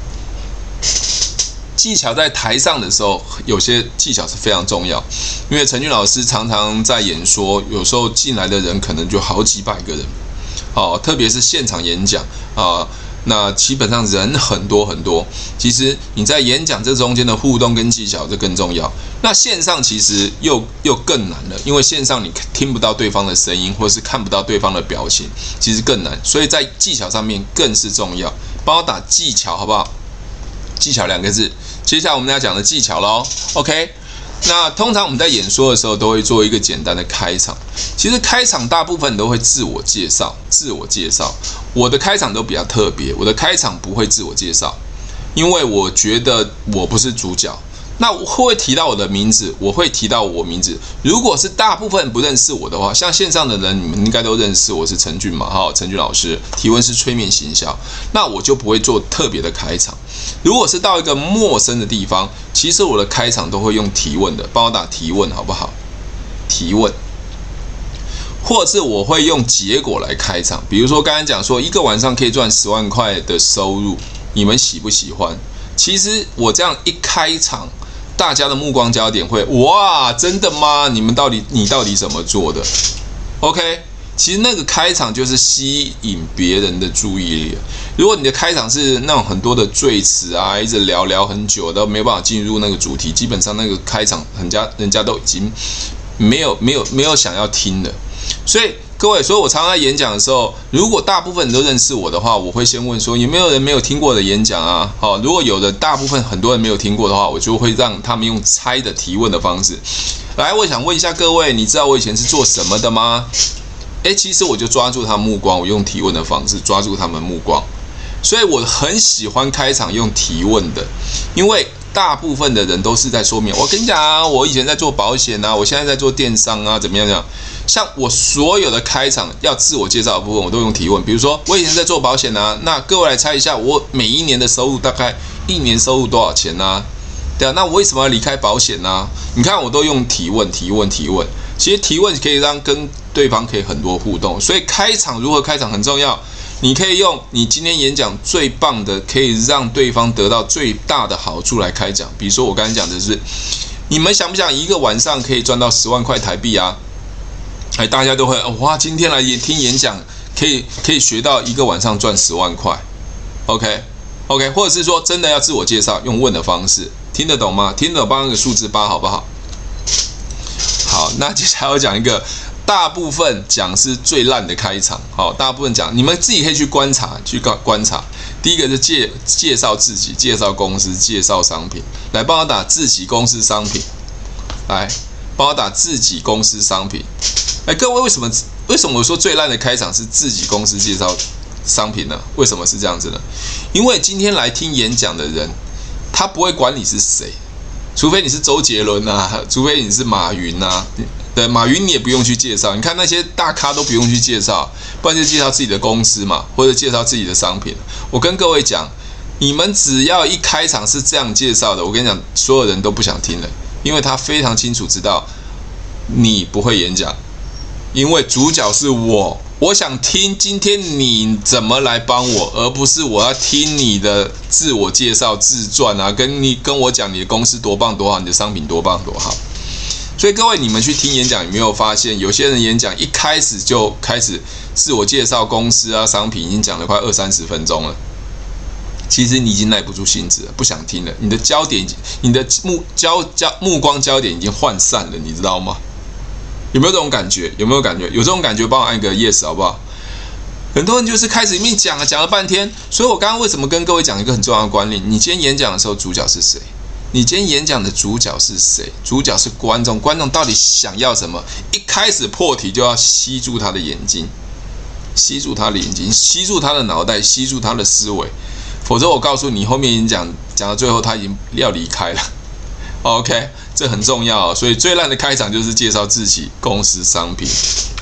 技巧在台上的时候，有些技巧是非常重要，因为陈俊老师常常在演说，有时候进来的人可能就好几百个人。特别是现场演讲那基本上人很多很多，其实你在演讲这中间的互动跟技巧这更重要。那线上其实又更难了，因为线上你听不到对方的声音，或是看不到对方的表情，其实更难，所以在技巧上面更是重要。帮我打技巧好不好？技巧2个字。接下来我们要讲的技巧咯 OK，那通常我们在演说的时候都会做一个简单的开场。其实开场大部分都会自我介绍。我的开场都比较特别，我的开场不会自我介绍，因为我觉得我不是主角。那我会不会提到我的名字？我会提到我名字。如果是大部分不认识我的话，像线上的人，你们应该都认识我是陈俊嘛，陈俊老师，提问是催眠行销，那我就不会做特别的开场。如果是到一个陌生的地方，其实我的开场都会用提问的，帮我打提问好不好？提问，或是我会用结果来开场。比如说刚才讲说一个晚上可以赚10万块的收入，你们喜不喜欢？其实我这样一开场，大家的目光焦点会哇，真的吗？你到底怎么做的 ？OK， 其实那个开场就是吸引别人的注意力。如果你的开场是那种很多的赘词啊，一直聊很久都没有办法进入那个主题，基本上那个开场人家都已经没有想要听的。所以各位，所以我常常在演讲的时候，如果大部分人都认识我的话，我会先问说有没有人没有听过我的演讲啊？好，如果有的大部分很多人没有听过的话，我就会让他们用猜的提问的方式。来，我想问一下各位，你知道我以前是做什么的吗？其实我就抓住他们目光，我用提问的方式抓住他们目光，所以我很喜欢开场用提问的，因为大部分的人都是在说明，我跟你讲啊，我以前在做保险啊，我现在在做电商啊，怎么样？像我所有的开场要自我介绍的部分，我都用提问。比如说，我以前在做保险啊，那各位来猜一下，我每一年的收入大概一年收入多少钱啊？对啊，那我为什么要离开保险呢？你看，我都用提问。其实提问可以让跟对方可以很多互动，所以开场如何开场很重要。你可以用你今天演讲最棒的，可以让对方得到最大的好处来开讲。比如说我刚才讲的是，你们想不想一个晚上可以赚到10万块台币啊？大家都会哇，今天来听演讲可以学到一个晚上赚10万块。OK， 或者是说真的要自我介绍，用问的方式，听得懂吗？听得懂帮个数字8好不好？好，那接下来我讲一个大部分讲是最烂的开场。好，大部分讲你们自己可以去观察。第一个是介绍自己、介绍公司、介绍商品。来，帮我打自己公司商品。来，帮我打自己公司商品。各位为什么我说最烂的开场是自己公司介绍商品呢？为什么是这样子呢？因为今天来听演讲的人，他不会管你是谁。除非你是周杰伦啊，除非你是马云啊，对，马云你也不用去介绍，你看那些大咖都不用去介绍，不然就介绍自己的公司嘛，或者介绍自己的商品。我跟各位讲，你们只要一开场是这样介绍的，我跟你讲，所有人都不想听了，因为他非常清楚知道你不会演讲，因为主角是我想听今天你怎么来帮我，而不是我要听你的自我介绍、自传啊，跟我讲你的公司多棒多好，你的商品多棒多好。所以各位，你们去听演讲，有没有发现有些人演讲一开始就开始自我介绍公司啊、商品，已经讲了快20-30分钟了。其实你已经耐不住性子了，不想听了，你的焦点、你的目光焦点已经涣散了，你知道吗？有没有这种感觉？有这种感觉，帮我按个 yes 好不好？很多人就是开始里面讲了半天，所以我刚刚为什么跟各位讲一个很重要的观念？你今天演讲的时候，主角是谁？你今天演讲的主角是谁？主角是观众，观众到底想要什么？一开始破题就要吸住他的眼睛，吸住他的脑袋，吸住他的思维，否则我告诉你，后面演讲到最后，他已经要离开了。OK， 这很重要，所以最烂的开场就是介绍自己公司商品。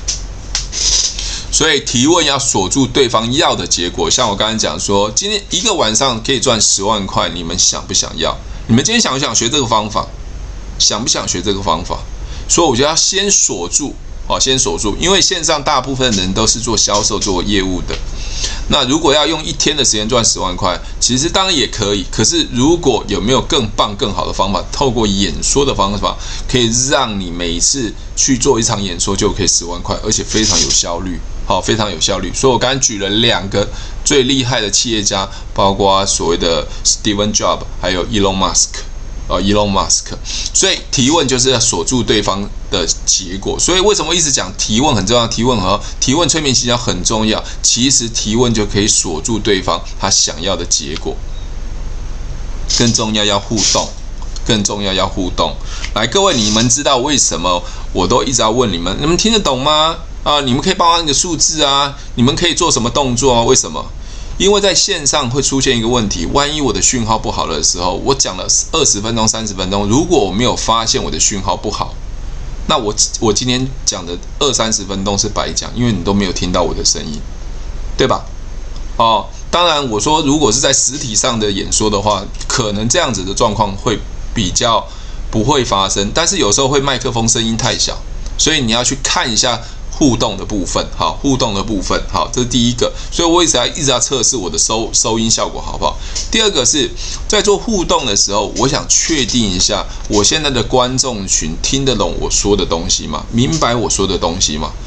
所以提问要锁住对方要的结果。像我刚才讲说，今天一个晚上可以赚10万块，你们想不想要？你们今天想不想学这个方法？想不想学这个方法？所以我就要先锁住，因为线上大部分人都是做销售、做业务的。那如果要用1天的时间赚10万块，其实当然也可以。可是如果有没有更棒、更好的方法，透过演说的方法，可以让你每一次去做一场演说就可以10万块，而且非常有效率。非常有效率。所以我刚才举了2个最厉害的企业家，包括所谓的 Steve Jobs， 还有 Elon Musk。所以提问就是要锁住对方的结果。所以为什么一直讲提问很重要？提问催眠技巧很重要。其实提问就可以锁住对方他想要的结果。更重要要互动。来，各位，你们知道为什么我都一直要问你们？你们听得懂吗？你们可以帮我按个数字啊，你们可以做什么动作啊？为什么？因为在线上会出现一个问题，万一我的讯号不好的时候，我讲了20分钟、30分钟，如果我没有发现我的讯号不好，那我今天讲的20-30分钟是白讲，因为你都没有听到我的声音，对吧？当然我说如果是在实体上的演说的话，可能这样子的状况会比较不会发生，但是有时候会麦克风声音太小，所以你要去看一下互动的部分，这是第一个，所以我一直要测试我的收音效果好不好？第二个是在做互动的时候，我想确定一下我现在的观众群听得懂我说的东西吗？明白我说的东西吗？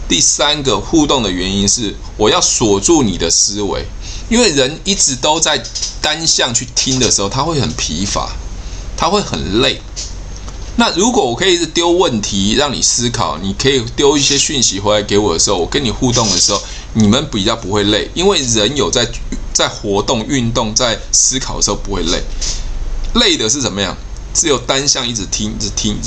第三个互动的原因是，我要锁住你的思维，因为人一直都在单向去听的时候，他会很疲乏，他会很累。那如果我可以一直丢问题让你思考，你可以丢一些讯息回来给我的时候，我跟你互动的时候，你们比较不会累，因为人有在活动、运动、在思考的时候不会累。累的是怎么样？只有单向一直听、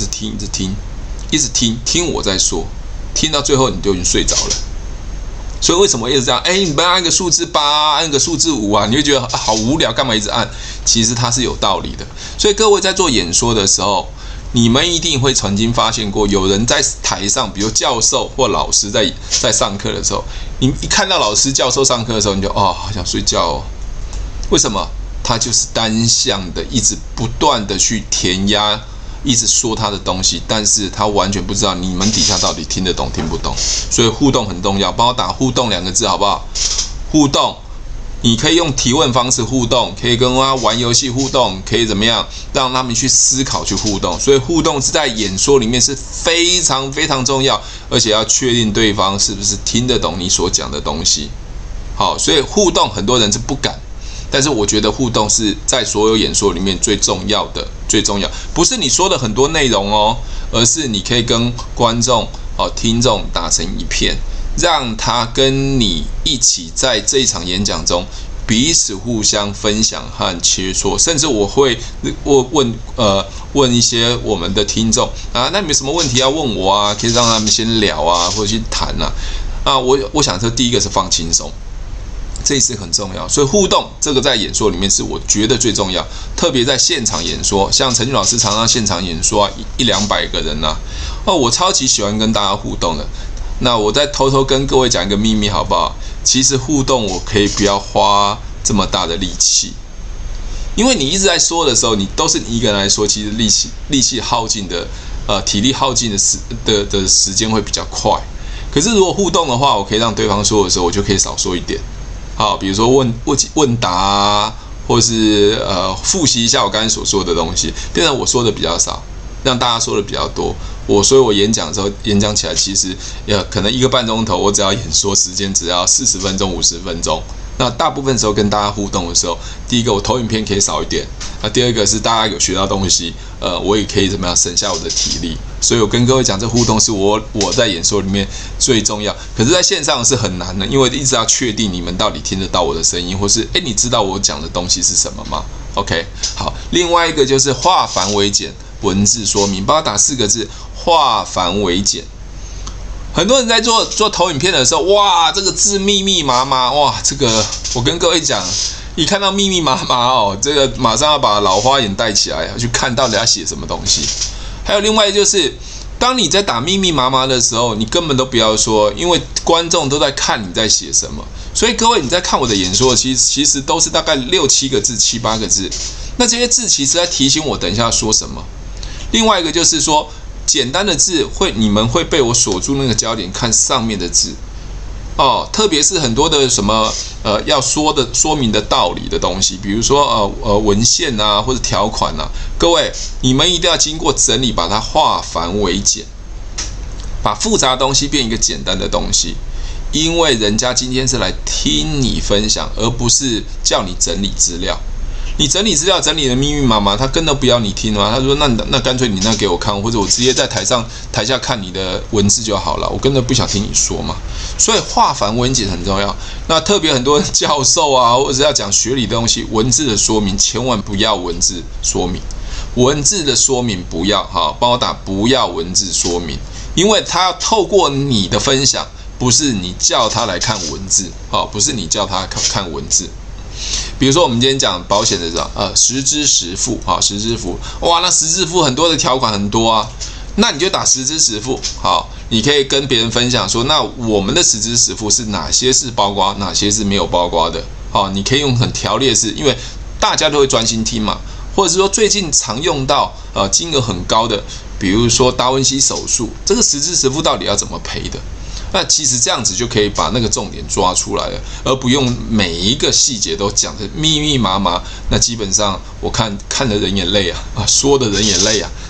听我在说，听到最后你就已经睡着了。所以为什么一直这样？你不要按个数字8，按个数字5啊，你会觉得好无聊，干嘛一直按？其实它是有道理的。所以各位在做演说的时候，你们一定会曾经发现过，有人在台上，比如教授或老师在上课的时候，你一看到老师、教授上课的时候，你就好想睡觉哦。为什么？他就是单向的，一直不断的去填鸭，一直说他的东西，但是他完全不知道你们底下到底听得懂听不懂。所以互动很重要，帮我打互动2个字好不好？互动。你可以用提问方式互动，可以跟他玩游戏互动，可以怎么样让他们去思考去互动。所以互动是在演说里面是非常非常重要，而且要确定对方是不是听得懂你所讲的东西。好，所以互动很多人是不敢，但是我觉得互动是在所有演说里面最重要的，最重要不是你说的很多内容哦，而是你可以跟观众听众打成一片。让他跟你一起在这一场演讲中彼此互相分享和切磋，甚至我会问一些我们的听众啊，那你有什么问题要问我啊？可以让他们先聊啊，或者去谈啊。我想这第一个是放轻松，这一次很重要。所以互动这个在演说里面是我觉得最重要，特别在现场演说，像陈俊老师常常现场演说100-200个人我超级喜欢跟大家互动的。那我再偷偷跟各位讲一个秘密好不好？其实互动我可以不要花这么大的力气，因为你一直在说的时候，你都是你一个人来说，其实力气耗尽的体力耗尽的时间会比较快。可是如果互动的话，我可以让对方说的时候，我就可以少说一点。好，比如说问答啊，或是复习一下我刚才所说的东西，变成我说的比较少，让大家说的比较多。所以我演讲的时候，演讲起来其实可能1个半钟头，我只要演说时间只要40分钟、50分钟。那大部分时候跟大家互动的时候，第一个我投影片可以少一点，第二个是大家有学到东西，我也可以怎么样省下我的体力。所以我跟各位讲，这互动是我在演说里面最重要。可是在线上是很难的，因为一直要确定你们到底听得到我的声音，或是你知道我讲的东西是什么吗 ？OK， 好，另外一个就是化繁为简，文字说明，帮我打4个字。化繁为简，很多人在做投影片的时候，哇，这个字密密麻麻，哇，这个我跟各位讲，一看到密密麻麻这个马上要把老花眼戴起来，去看到底要写什么东西。还有另外就是，当你在打密密麻麻的时候，你根本都不要说，因为观众都在看你在写什么。所以各位你在看我的演说，其实都是大概6-7个字、7-8个字。那这些字其实在提醒我等一下说什么。另外一个就是说，简单的字你们会被我锁住那个焦点，看上面的字特别是很多的什么要说明的道理的东西，比如说文献啊或者条款啊，各位你们一定要经过整理，把它化繁为简，把复杂的东西变一个简单的东西，因为人家今天是来听你分享，而不是叫你整理资料。你整理资料整理的密密麻麻，他根本不要你听嘛。他说那干脆你那给我看，或者我直接在台下看你的文字就好了，我根本不想听你说嘛。所以化繁为简很重要。那特别很多教授啊，或者是要讲学理的东西，文字的说明千万不要文字说明，文字的说明不要帮我打不要文字说明，因为他要透过你的分享，不是你叫他来看文字，不是你叫他看文字。比如说我们今天讲保险的时候，实支实付，实支实付，哇，那实支实付很多的条款很多啊，那你就打实支实付，好，你可以跟别人分享说，那我们的实支实付是哪些是包括，哪些是没有包括的，好，你可以用很条列式，因为大家都会专心听嘛，或者是说最近常用到金额很高的，比如说达文西手术，这个实支实付到底要怎么赔的？那其实这样子就可以把那个重点抓出来了，而不用每一个细节都讲得密密麻麻。那基本上我看的人也累啊，说的人也累啊，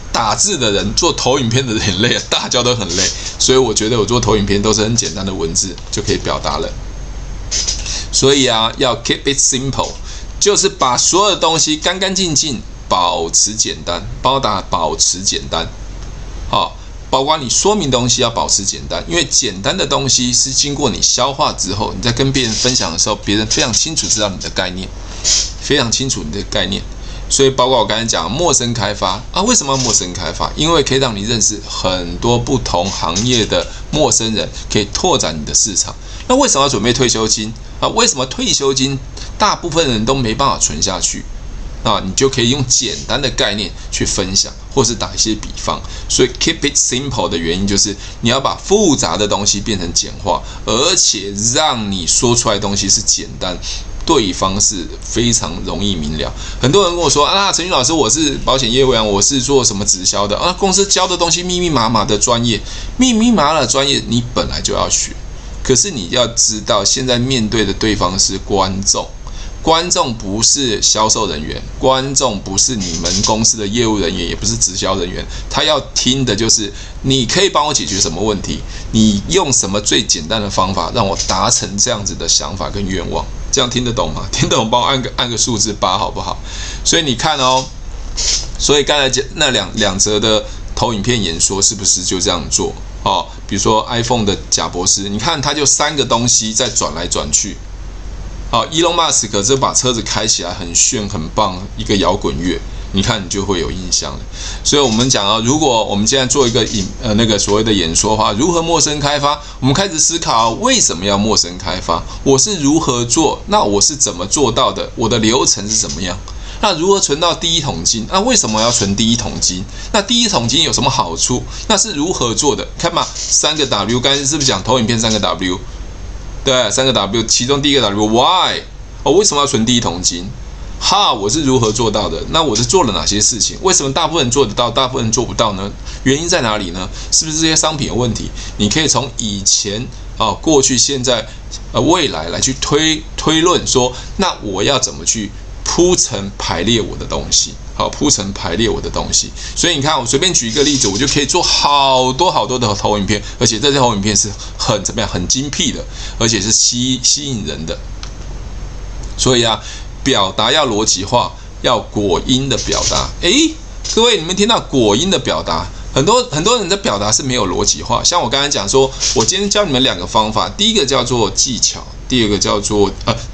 打字的人做投影片的人很累，大家都很累，所以我觉得我做投影片都是很简单的文字就可以表达了。所以啊，要 keep it simple， 就是把所有的东西干干净净，保持简单，保持简单。好，包括你说明东西要保持简单，因为简单的东西是经过你消化之后，你在跟别人分享的时候，别人非常清楚知道你的概念，非常清楚你的概念。所以包括我刚才讲陌生开发啊，为什么要陌生开发？因为可以让你认识很多不同行业的陌生人，可以拓展你的市场。那为什么要准备退休金啊？为什么退休金大部分人都没办法存下去？啊，你就可以用简单的概念去分享，或是打一些比方。所以 keep it simple 的原因就是你要把复杂的东西变成简化，而且让你说出来的东西是简单，对方是非常容易明了。很多人跟我说啊，陈俊老师，我是保险业务员，我是做什么直销的啊？公司教的东西密密麻麻的专业，密密麻麻的专业，你本来就要学。可是你要知道，现在面对的对方是观众。观众不是销售人员，观众不是你们公司的业务人员，也不是直销人员，他要听的就是你可以帮我解决什么问题，你用什么最简单的方法让我达成这样子的想法跟愿望，这样听得懂吗？听得懂帮我按个数字8好不好？所以你看哦，所以刚才那两则的投影片演说是不是就这样做？哦，比如说 iPhone 的贾博士，你看他就3个东西在转来转去。好 ，Elon Musk 这把车子开起来很炫很棒，一个摇滚乐，你看你就会有印象了。所以我们讲啊，如果我们现在做一个那个所谓的演说的话，如何陌生开发？我们开始思考为什么要陌生开发？我是如何做？那我是怎么做到的？我的流程是怎么样？那如何存到第一桶金？那为什么要存第一桶金？那第一桶金有什么好处？那是如何做的？看嘛，3个 W， 刚才是不是讲投影片3个 W？对，3个 W， 其中第一个 W，Why？ 为什么要存第一桶金？我是如何做到的？那我是做了哪些事情？为什么大部分人做得到，大部分人做不到呢？原因在哪里呢？是不是这些商品有问题？你可以从以前过去、现在、未来来去推论说，那我要怎么去铺陈排列我的东西？铺陈排列我的东西。所以你看，我随便举一个例子，我就可以做好多的投影片，而且这些投影片是很怎么样，很精辟的，而且是吸引人的。所以啊，表达要逻辑化，要果因的表达。各位，你们听到果因的表达，很多人的表达是没有逻辑化。像我刚才讲说，我今天教你们2个方法，第一个叫做技巧，第一个叫做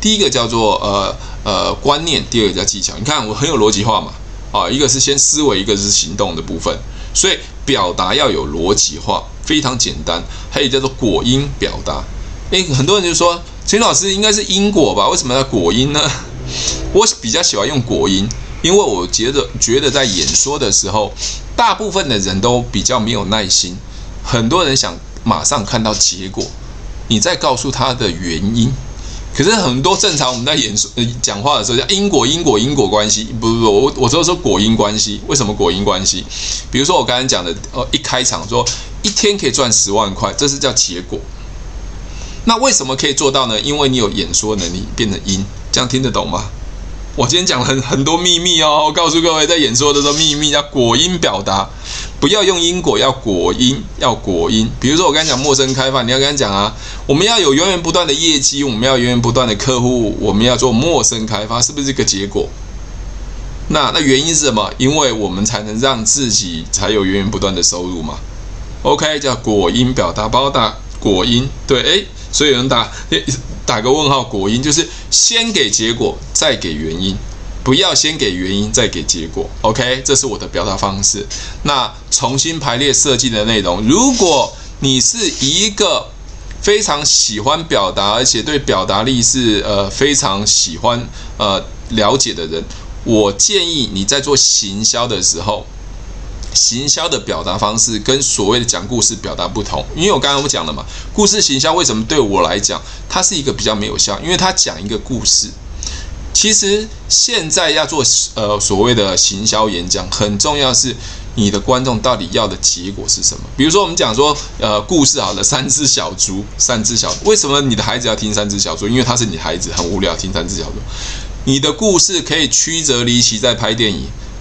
观念，第二个叫技巧。你看我很有逻辑化嘛。一个是先思维，一个是行动的部分，所以表达要有逻辑化，非常简单。还有叫做果因表达。很多人就说陈老师应该是因果吧？为什么要果因呢？我比较喜欢用果因，因为我觉得在演说的时候，大部分的人都比较没有耐心，很多人想马上看到结果，你再告诉他的原因。可是很多正常我们在讲话的时候叫因果关系，不，我说果因关系。为什么果因关系？比如说我刚才讲的，一开场说1天可以赚10万块，这是叫结果。那为什么可以做到呢？因为你有演说能力，变成因，这样听得懂吗？我今天讲了很多秘密哦，我告诉各位，在演说的时候秘密要果因表达，不要用因果，要果因，要果因。比如说我刚才讲陌生开发，你要跟他讲啊，我们要有源源不断的业绩，我们要源源不断的客户，我们要做陌生开发，是不是这个结果？那原因是什么？因为我们才能让自己才有源源不断的收入嘛。OK， 叫果因表达，帮我打果因。对，所以有人打个问号，果因就是先给结果，再给原因，不要先给原因再给结果。OK， 这是我的表达方式。那重新排列设计的内容，如果你是一个非常喜欢表达，而且对表达力是非常喜欢了解的人，我建议你在做行销的时候，行销的表达方式跟所谓的讲故事表达不同。因为我刚刚讲了嘛，故事行销为什么对我来讲它是一个比较没有效？因为它讲一个故事。其实现在要做所谓的行销演讲，很重要是你的观众到底要的结果是什么。比如说我们讲说故事好了，3只小猪，为什么你的孩子要听3只小猪？因为他是你孩子，很无聊听3只小猪。你的故事可以曲折离奇在拍电影，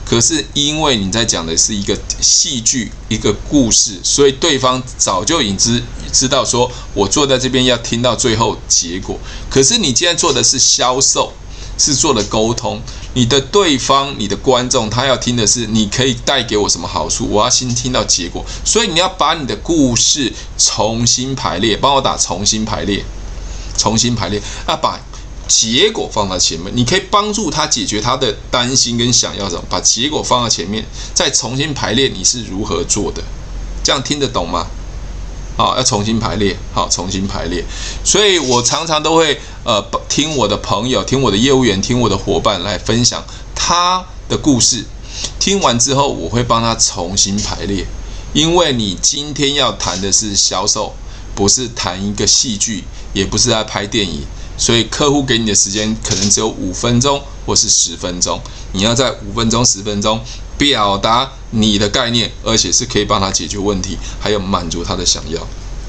可是因为你在讲的是一个戏剧、一个故事，所以对方早就已经知道说，我坐在这边要听到最后结果。可是你今天做的是销售，是做的沟通，你的对方、你的观众，他要听的是你可以带给我什么好处，我要先听到结果。所以你要把你的故事重新排列，帮我打重新排列，重新排列，把结果放到前面，你可以帮助他解决他的担心跟想要什么，把结果放到前面，再重新排列你是如何做的，这样听得懂吗？好，要重新排列，好，重新排列。所以我常常都会听我的朋友、听我的业务员、听我的伙伴来分享他的故事，听完之后我会帮他重新排列，因为你今天要谈的是销售，不是谈一个戏剧，也不是在拍电影。所以客户给你的时间可能只有5分钟或是10分钟，你要在5分钟、10分钟表达你的概念，而且是可以帮他解决问题，还有满足他的想要。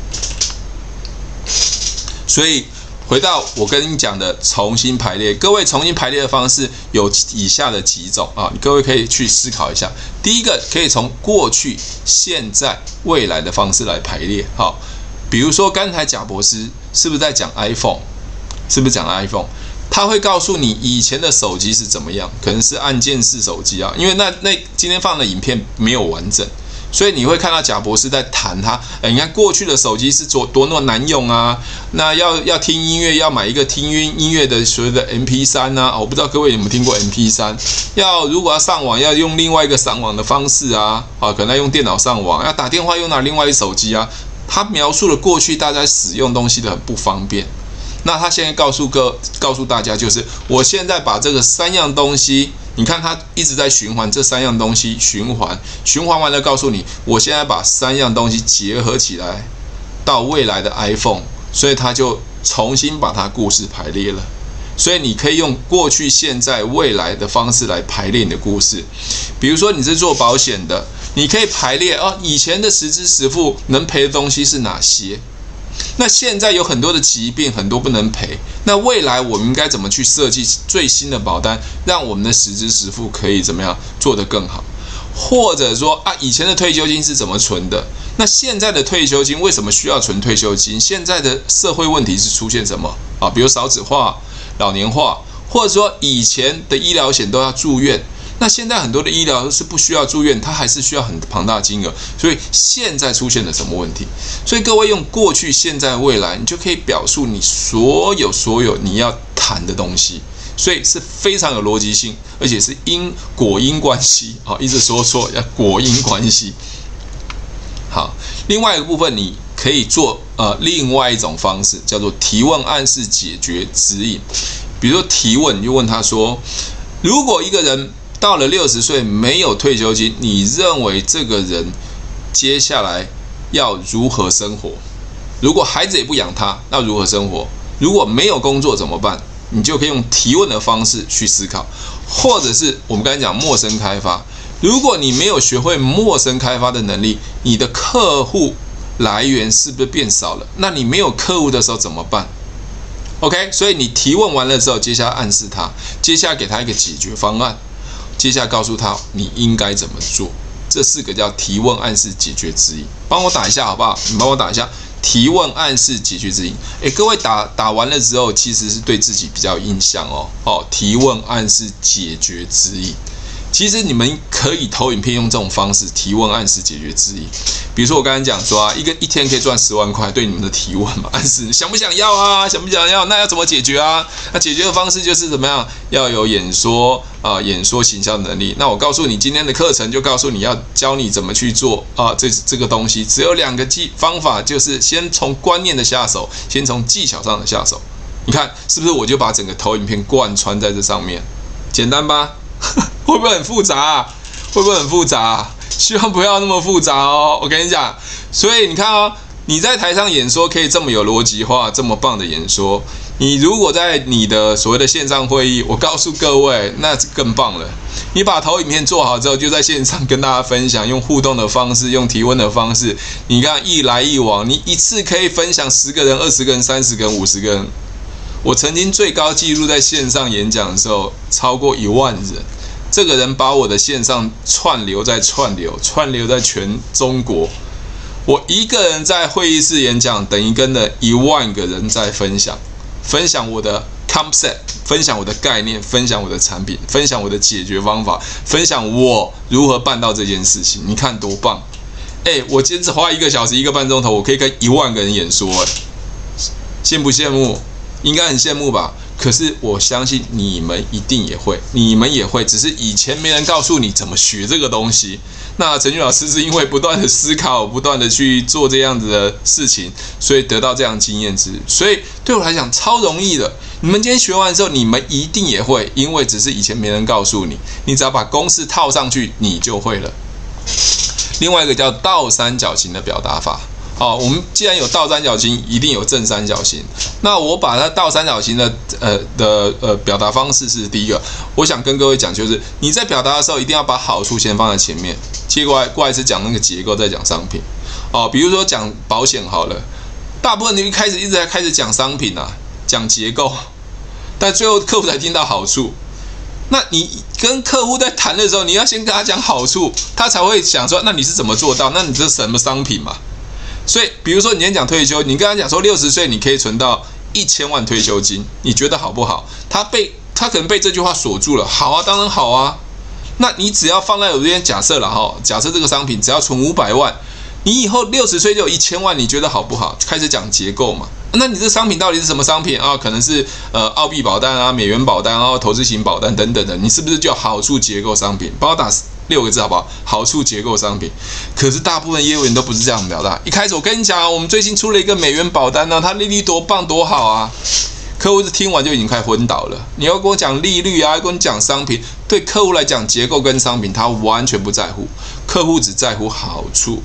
所以回到我跟你讲的重新排列，各位重新排列的方式有以下的几种啊，各位可以去思考一下。第一个可以从过去、现在、未来的方式来排列。好，比如说刚才贾博士是不是在讲 iPhone？是不是讲 iPhone？ 他会告诉你以前的手机是怎么样，可能是按键式手机啊，因为那今天放的影片没有完整，所以你会看到贾博士在谈他，你看过去的手机是多么难用啊，那要听音乐要买一个听音乐的所谓的 MP3 啊，我不知道各位有没有听过 MP3， 如果要上网要用另外一个上网的方式啊，可能要用电脑上网，要打电话用另外一手机啊，他描述了过去大家使用东西的很不方便。那他现在告诉大家，就是我现在把这个3样东西，你看他一直在循环这3样东西，循环完了，告诉你，我现在把3样东西结合起来到未来的 iPhone， 所以他就重新把它故事排列了。所以你可以用过去、现在、未来的方式来排列你的故事。比如说你是做保险的，你可以排列以前的实支实付能赔的东西是哪些？那现在有很多的疾病，很多不能赔。那未来我们应该怎么去设计最新的保单，让我们的实支实付可以怎么样做得更好？或者说以前的退休金是怎么存的？那现在的退休金为什么需要存退休金？现在的社会问题是出现什么比如少子化、老年化，或者说以前的医疗险都要住院。那现在很多的医疗是不需要住院，它还是需要很庞大的金额，所以现在出现了什么问题？所以各位用过去、现在、未来，你就可以表述你所有你要谈的东西，所以是非常有逻辑性，而且是果因关系一直说错要果因关系。好，另外一个部分你可以做另外一种方式，叫做提问、暗示、解决、指引。比如说提问，你就问他说，如果一个人到了60岁没有退休金，你认为这个人接下来要如何生活？如果孩子也不养他，那如何生活？如果没有工作怎么办？你就可以用提问的方式去思考，或者是我们刚才讲陌生开发。如果你没有学会陌生开发的能力，你的客户来源是不是变少了？那你没有客户的时候怎么办？OK， 所以你提问完了之后，接下来暗示他，接下来给他一个解决方案，接下来告诉他你应该怎么做。这4个叫提问、暗示、解决、指引。帮我打一下好不好？你帮我打一下提问、暗示、解决、指引。各位打完了之后，其实是对自己比较有印象提问、暗示、解决、指引。其实你们可以投影片用这种方式提问、暗示、解决、指引。比如说我刚才讲说一天可以赚10万块，对你们的提问嘛，暗示想不想要啊？想不想要？那要怎么解决啊？那解决的方式就是怎么样？要有演说行销能力。那我告诉你，今天的课程就告诉你要教你怎么去做这个东西。只有2个方法，就是先从观念的下手，先从技巧上的下手。你看是不是？我就把整个投影片贯穿在这上面，简单吧？会不会很复杂会不会很复杂希望不要那么复杂我跟你讲，所以你看你在台上演说可以这么有逻辑化，这么棒的演说，你如果在你的所谓的线上会议，我告诉各位，那更棒了。你把投影片做好之后，就在线上跟大家分享，用互动的方式，用提问的方式，你看一来一往，你一次可以分享10个人、20个人、30个人、50个人。我曾经最高纪录在线上演讲的时候，超过1万人。 这个人把我的线上串流在全中国。我一个人在会议室演讲，等于跟了10000个人在分享我的 concept， 分享我的概念，分享我的产品，分享我的解决方法，分享我如何办到这件事情。你看多棒！我今天只花1个小时1个半钟头，我可以跟10000个人演说，羡不羡慕？应该很羡慕吧？可是我相信你们一定也会，只是以前没人告诉你怎么学这个东西。那陈俊老师是因为不断的思考，不断的去做这样子的事情，所以得到这样经验值。所以对我来讲超容易的。你们今天学完之后，你们一定也会，因为只是以前没人告诉你，你只要把公式套上去，你就会了。另外一个叫倒三角形的表达法。我们既然有倒三角形，一定有正三角形。那我把它倒三角形的表达方式是第一个，我想跟各位讲，就是你在表达的时候，一定要把好处先放在前面，接过来是讲那个结构，再讲商品。比如说讲保险好了，大部分人一直在开始讲商品啊，讲结构，但最后客户才听到好处。那你跟客户在谈的时候，你要先跟他讲好处，他才会想说，那你是怎么做到？那你这什么商品嘛？所以，比如说你今天讲退休，你跟他讲说60岁你可以存到1000万退休金，你觉得好不好？他可能被这句话锁住了，好啊，当然好啊。那你只要放在我这边假设了假设这个商品只要存500万，你以后60岁就有1000万，你觉得好不好？开始讲结构嘛。那你这商品到底是什么商品啊？可能是澳币保单啊、美元保单啊、投资型保单等等的，你是不是就好处结构商品？帮我打6个字好不好？好处结构商品。可是大部分业务员都不是这样表达。一开始我跟你讲我们最近出了一个美元保单它利率多棒多好啊！客户听完就已经快昏倒了。你要跟我讲利率啊，跟我讲商品，对客户来讲，结构跟商品他完全不在乎，客户只在乎好处，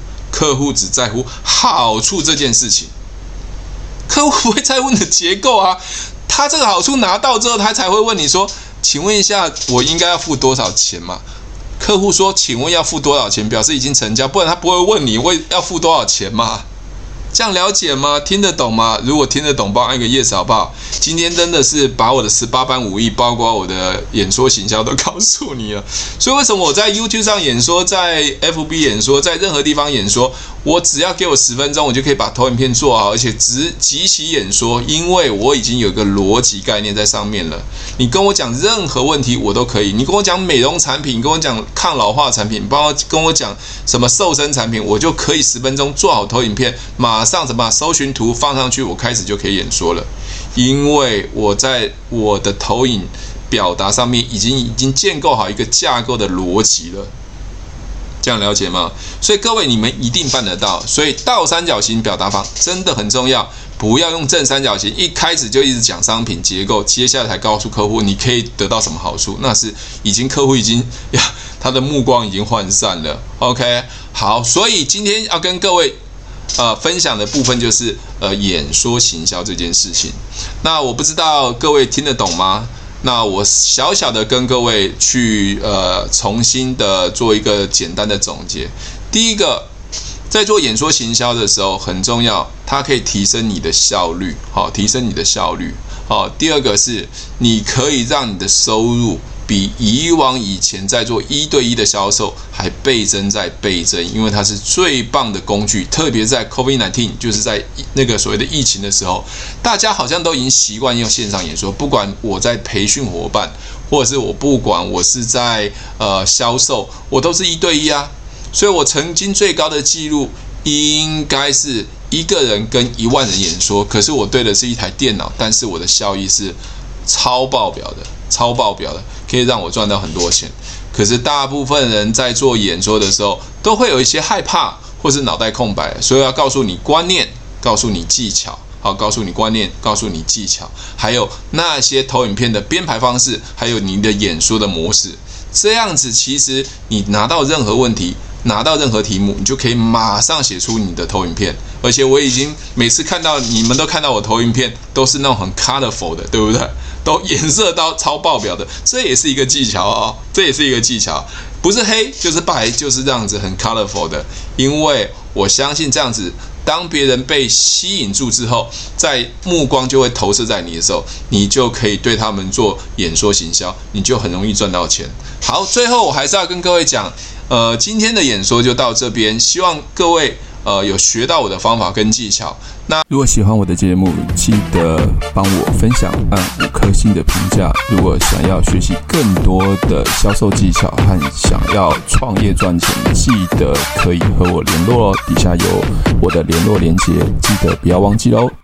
这件事情。客户不会再问你的结构啊，他这个好处拿到之后，他才会问你说，请问一下，我应该要付多少钱嘛？客户说，请问要付多少钱，表示已经成交，不然他不会问你要付多少钱嘛？这样了解吗？听得懂吗？如果听得懂，帮我按个 yes 好不好？今天真的是把我的18般武艺，包括我的演说行销都告诉你了。所以为什么我在 YouTube 上演说，在 FB 演说，在任何地方演说，我只要给我10分钟，我就可以把投影片做好，而且即席演说，因为我已经有一个逻辑概念在上面了。你跟我讲任何问题，我都可以。你跟我讲美容产品，你跟我讲抗老化产品，跟我讲什么瘦身产品，我就可以10分钟做好投影片，马上怎么搜寻图放上去，我开始就可以演说了。因为我在我的投影表达上面已经建构好一个架构的逻辑了，这样了解吗？所以各位你们一定办得到。所以倒三角形表达法真的很重要，不要用正三角形，一开始就一直讲商品结构，接下来才告诉客户你可以得到什么好处，那是客户他的目光已经涣散了。OK， 好，所以今天要跟各位分享的部分就是演说行销这件事情。那我不知道各位听得懂吗？那我小小的跟各位去重新的做一个简单的总结。第一个，在做演说行销的时候很重要，它可以提升你的效率，第二个是你可以让你的收入比以前在做1对1的销售还倍增再倍增，因为它是最棒的工具。特别在 COVID-19， 就是在那个所谓的疫情的时候，大家好像都已经习惯用线上演说。不管我在培训伙伴，或者是不管我是在销售，我都是1对1啊。所以我曾经最高的记录应该是1个人跟10000人演说，可是我对的是一台电脑，但是我的效益是超爆表的，可以让我赚到很多钱。可是大部分人在做演说的时候，都会有一些害怕，或是脑袋空白，所以要告诉你观念，告诉你技巧，告诉你观念，告诉你技巧，还有那些投影片的编排方式，还有你的演说的模式。这样子，其实你拿到任何问题，拿到任何题目，你就可以马上写出你的投影片。而且我已经每次你们都看到我投影片，都是那种很 colorful 的，对不对？都颜色到超爆表的，这也是一个技巧不是黑就是白，就是这样子很 colorful 的。因为我相信这样子当别人被吸引住之后，在目光就会投射在你的时候，你就可以对他们做演说行销，你就很容易赚到钱。好，最后我还是要跟各位讲，今天的演说就到这边，希望各位有学到我的方法跟技巧。那如果喜欢我的节目，记得帮我分享，按5颗星的评价。如果想要学习更多的销售技巧和想要创业赚钱，记得可以和我联络哦，底下有我的联络连结，记得不要忘记哦。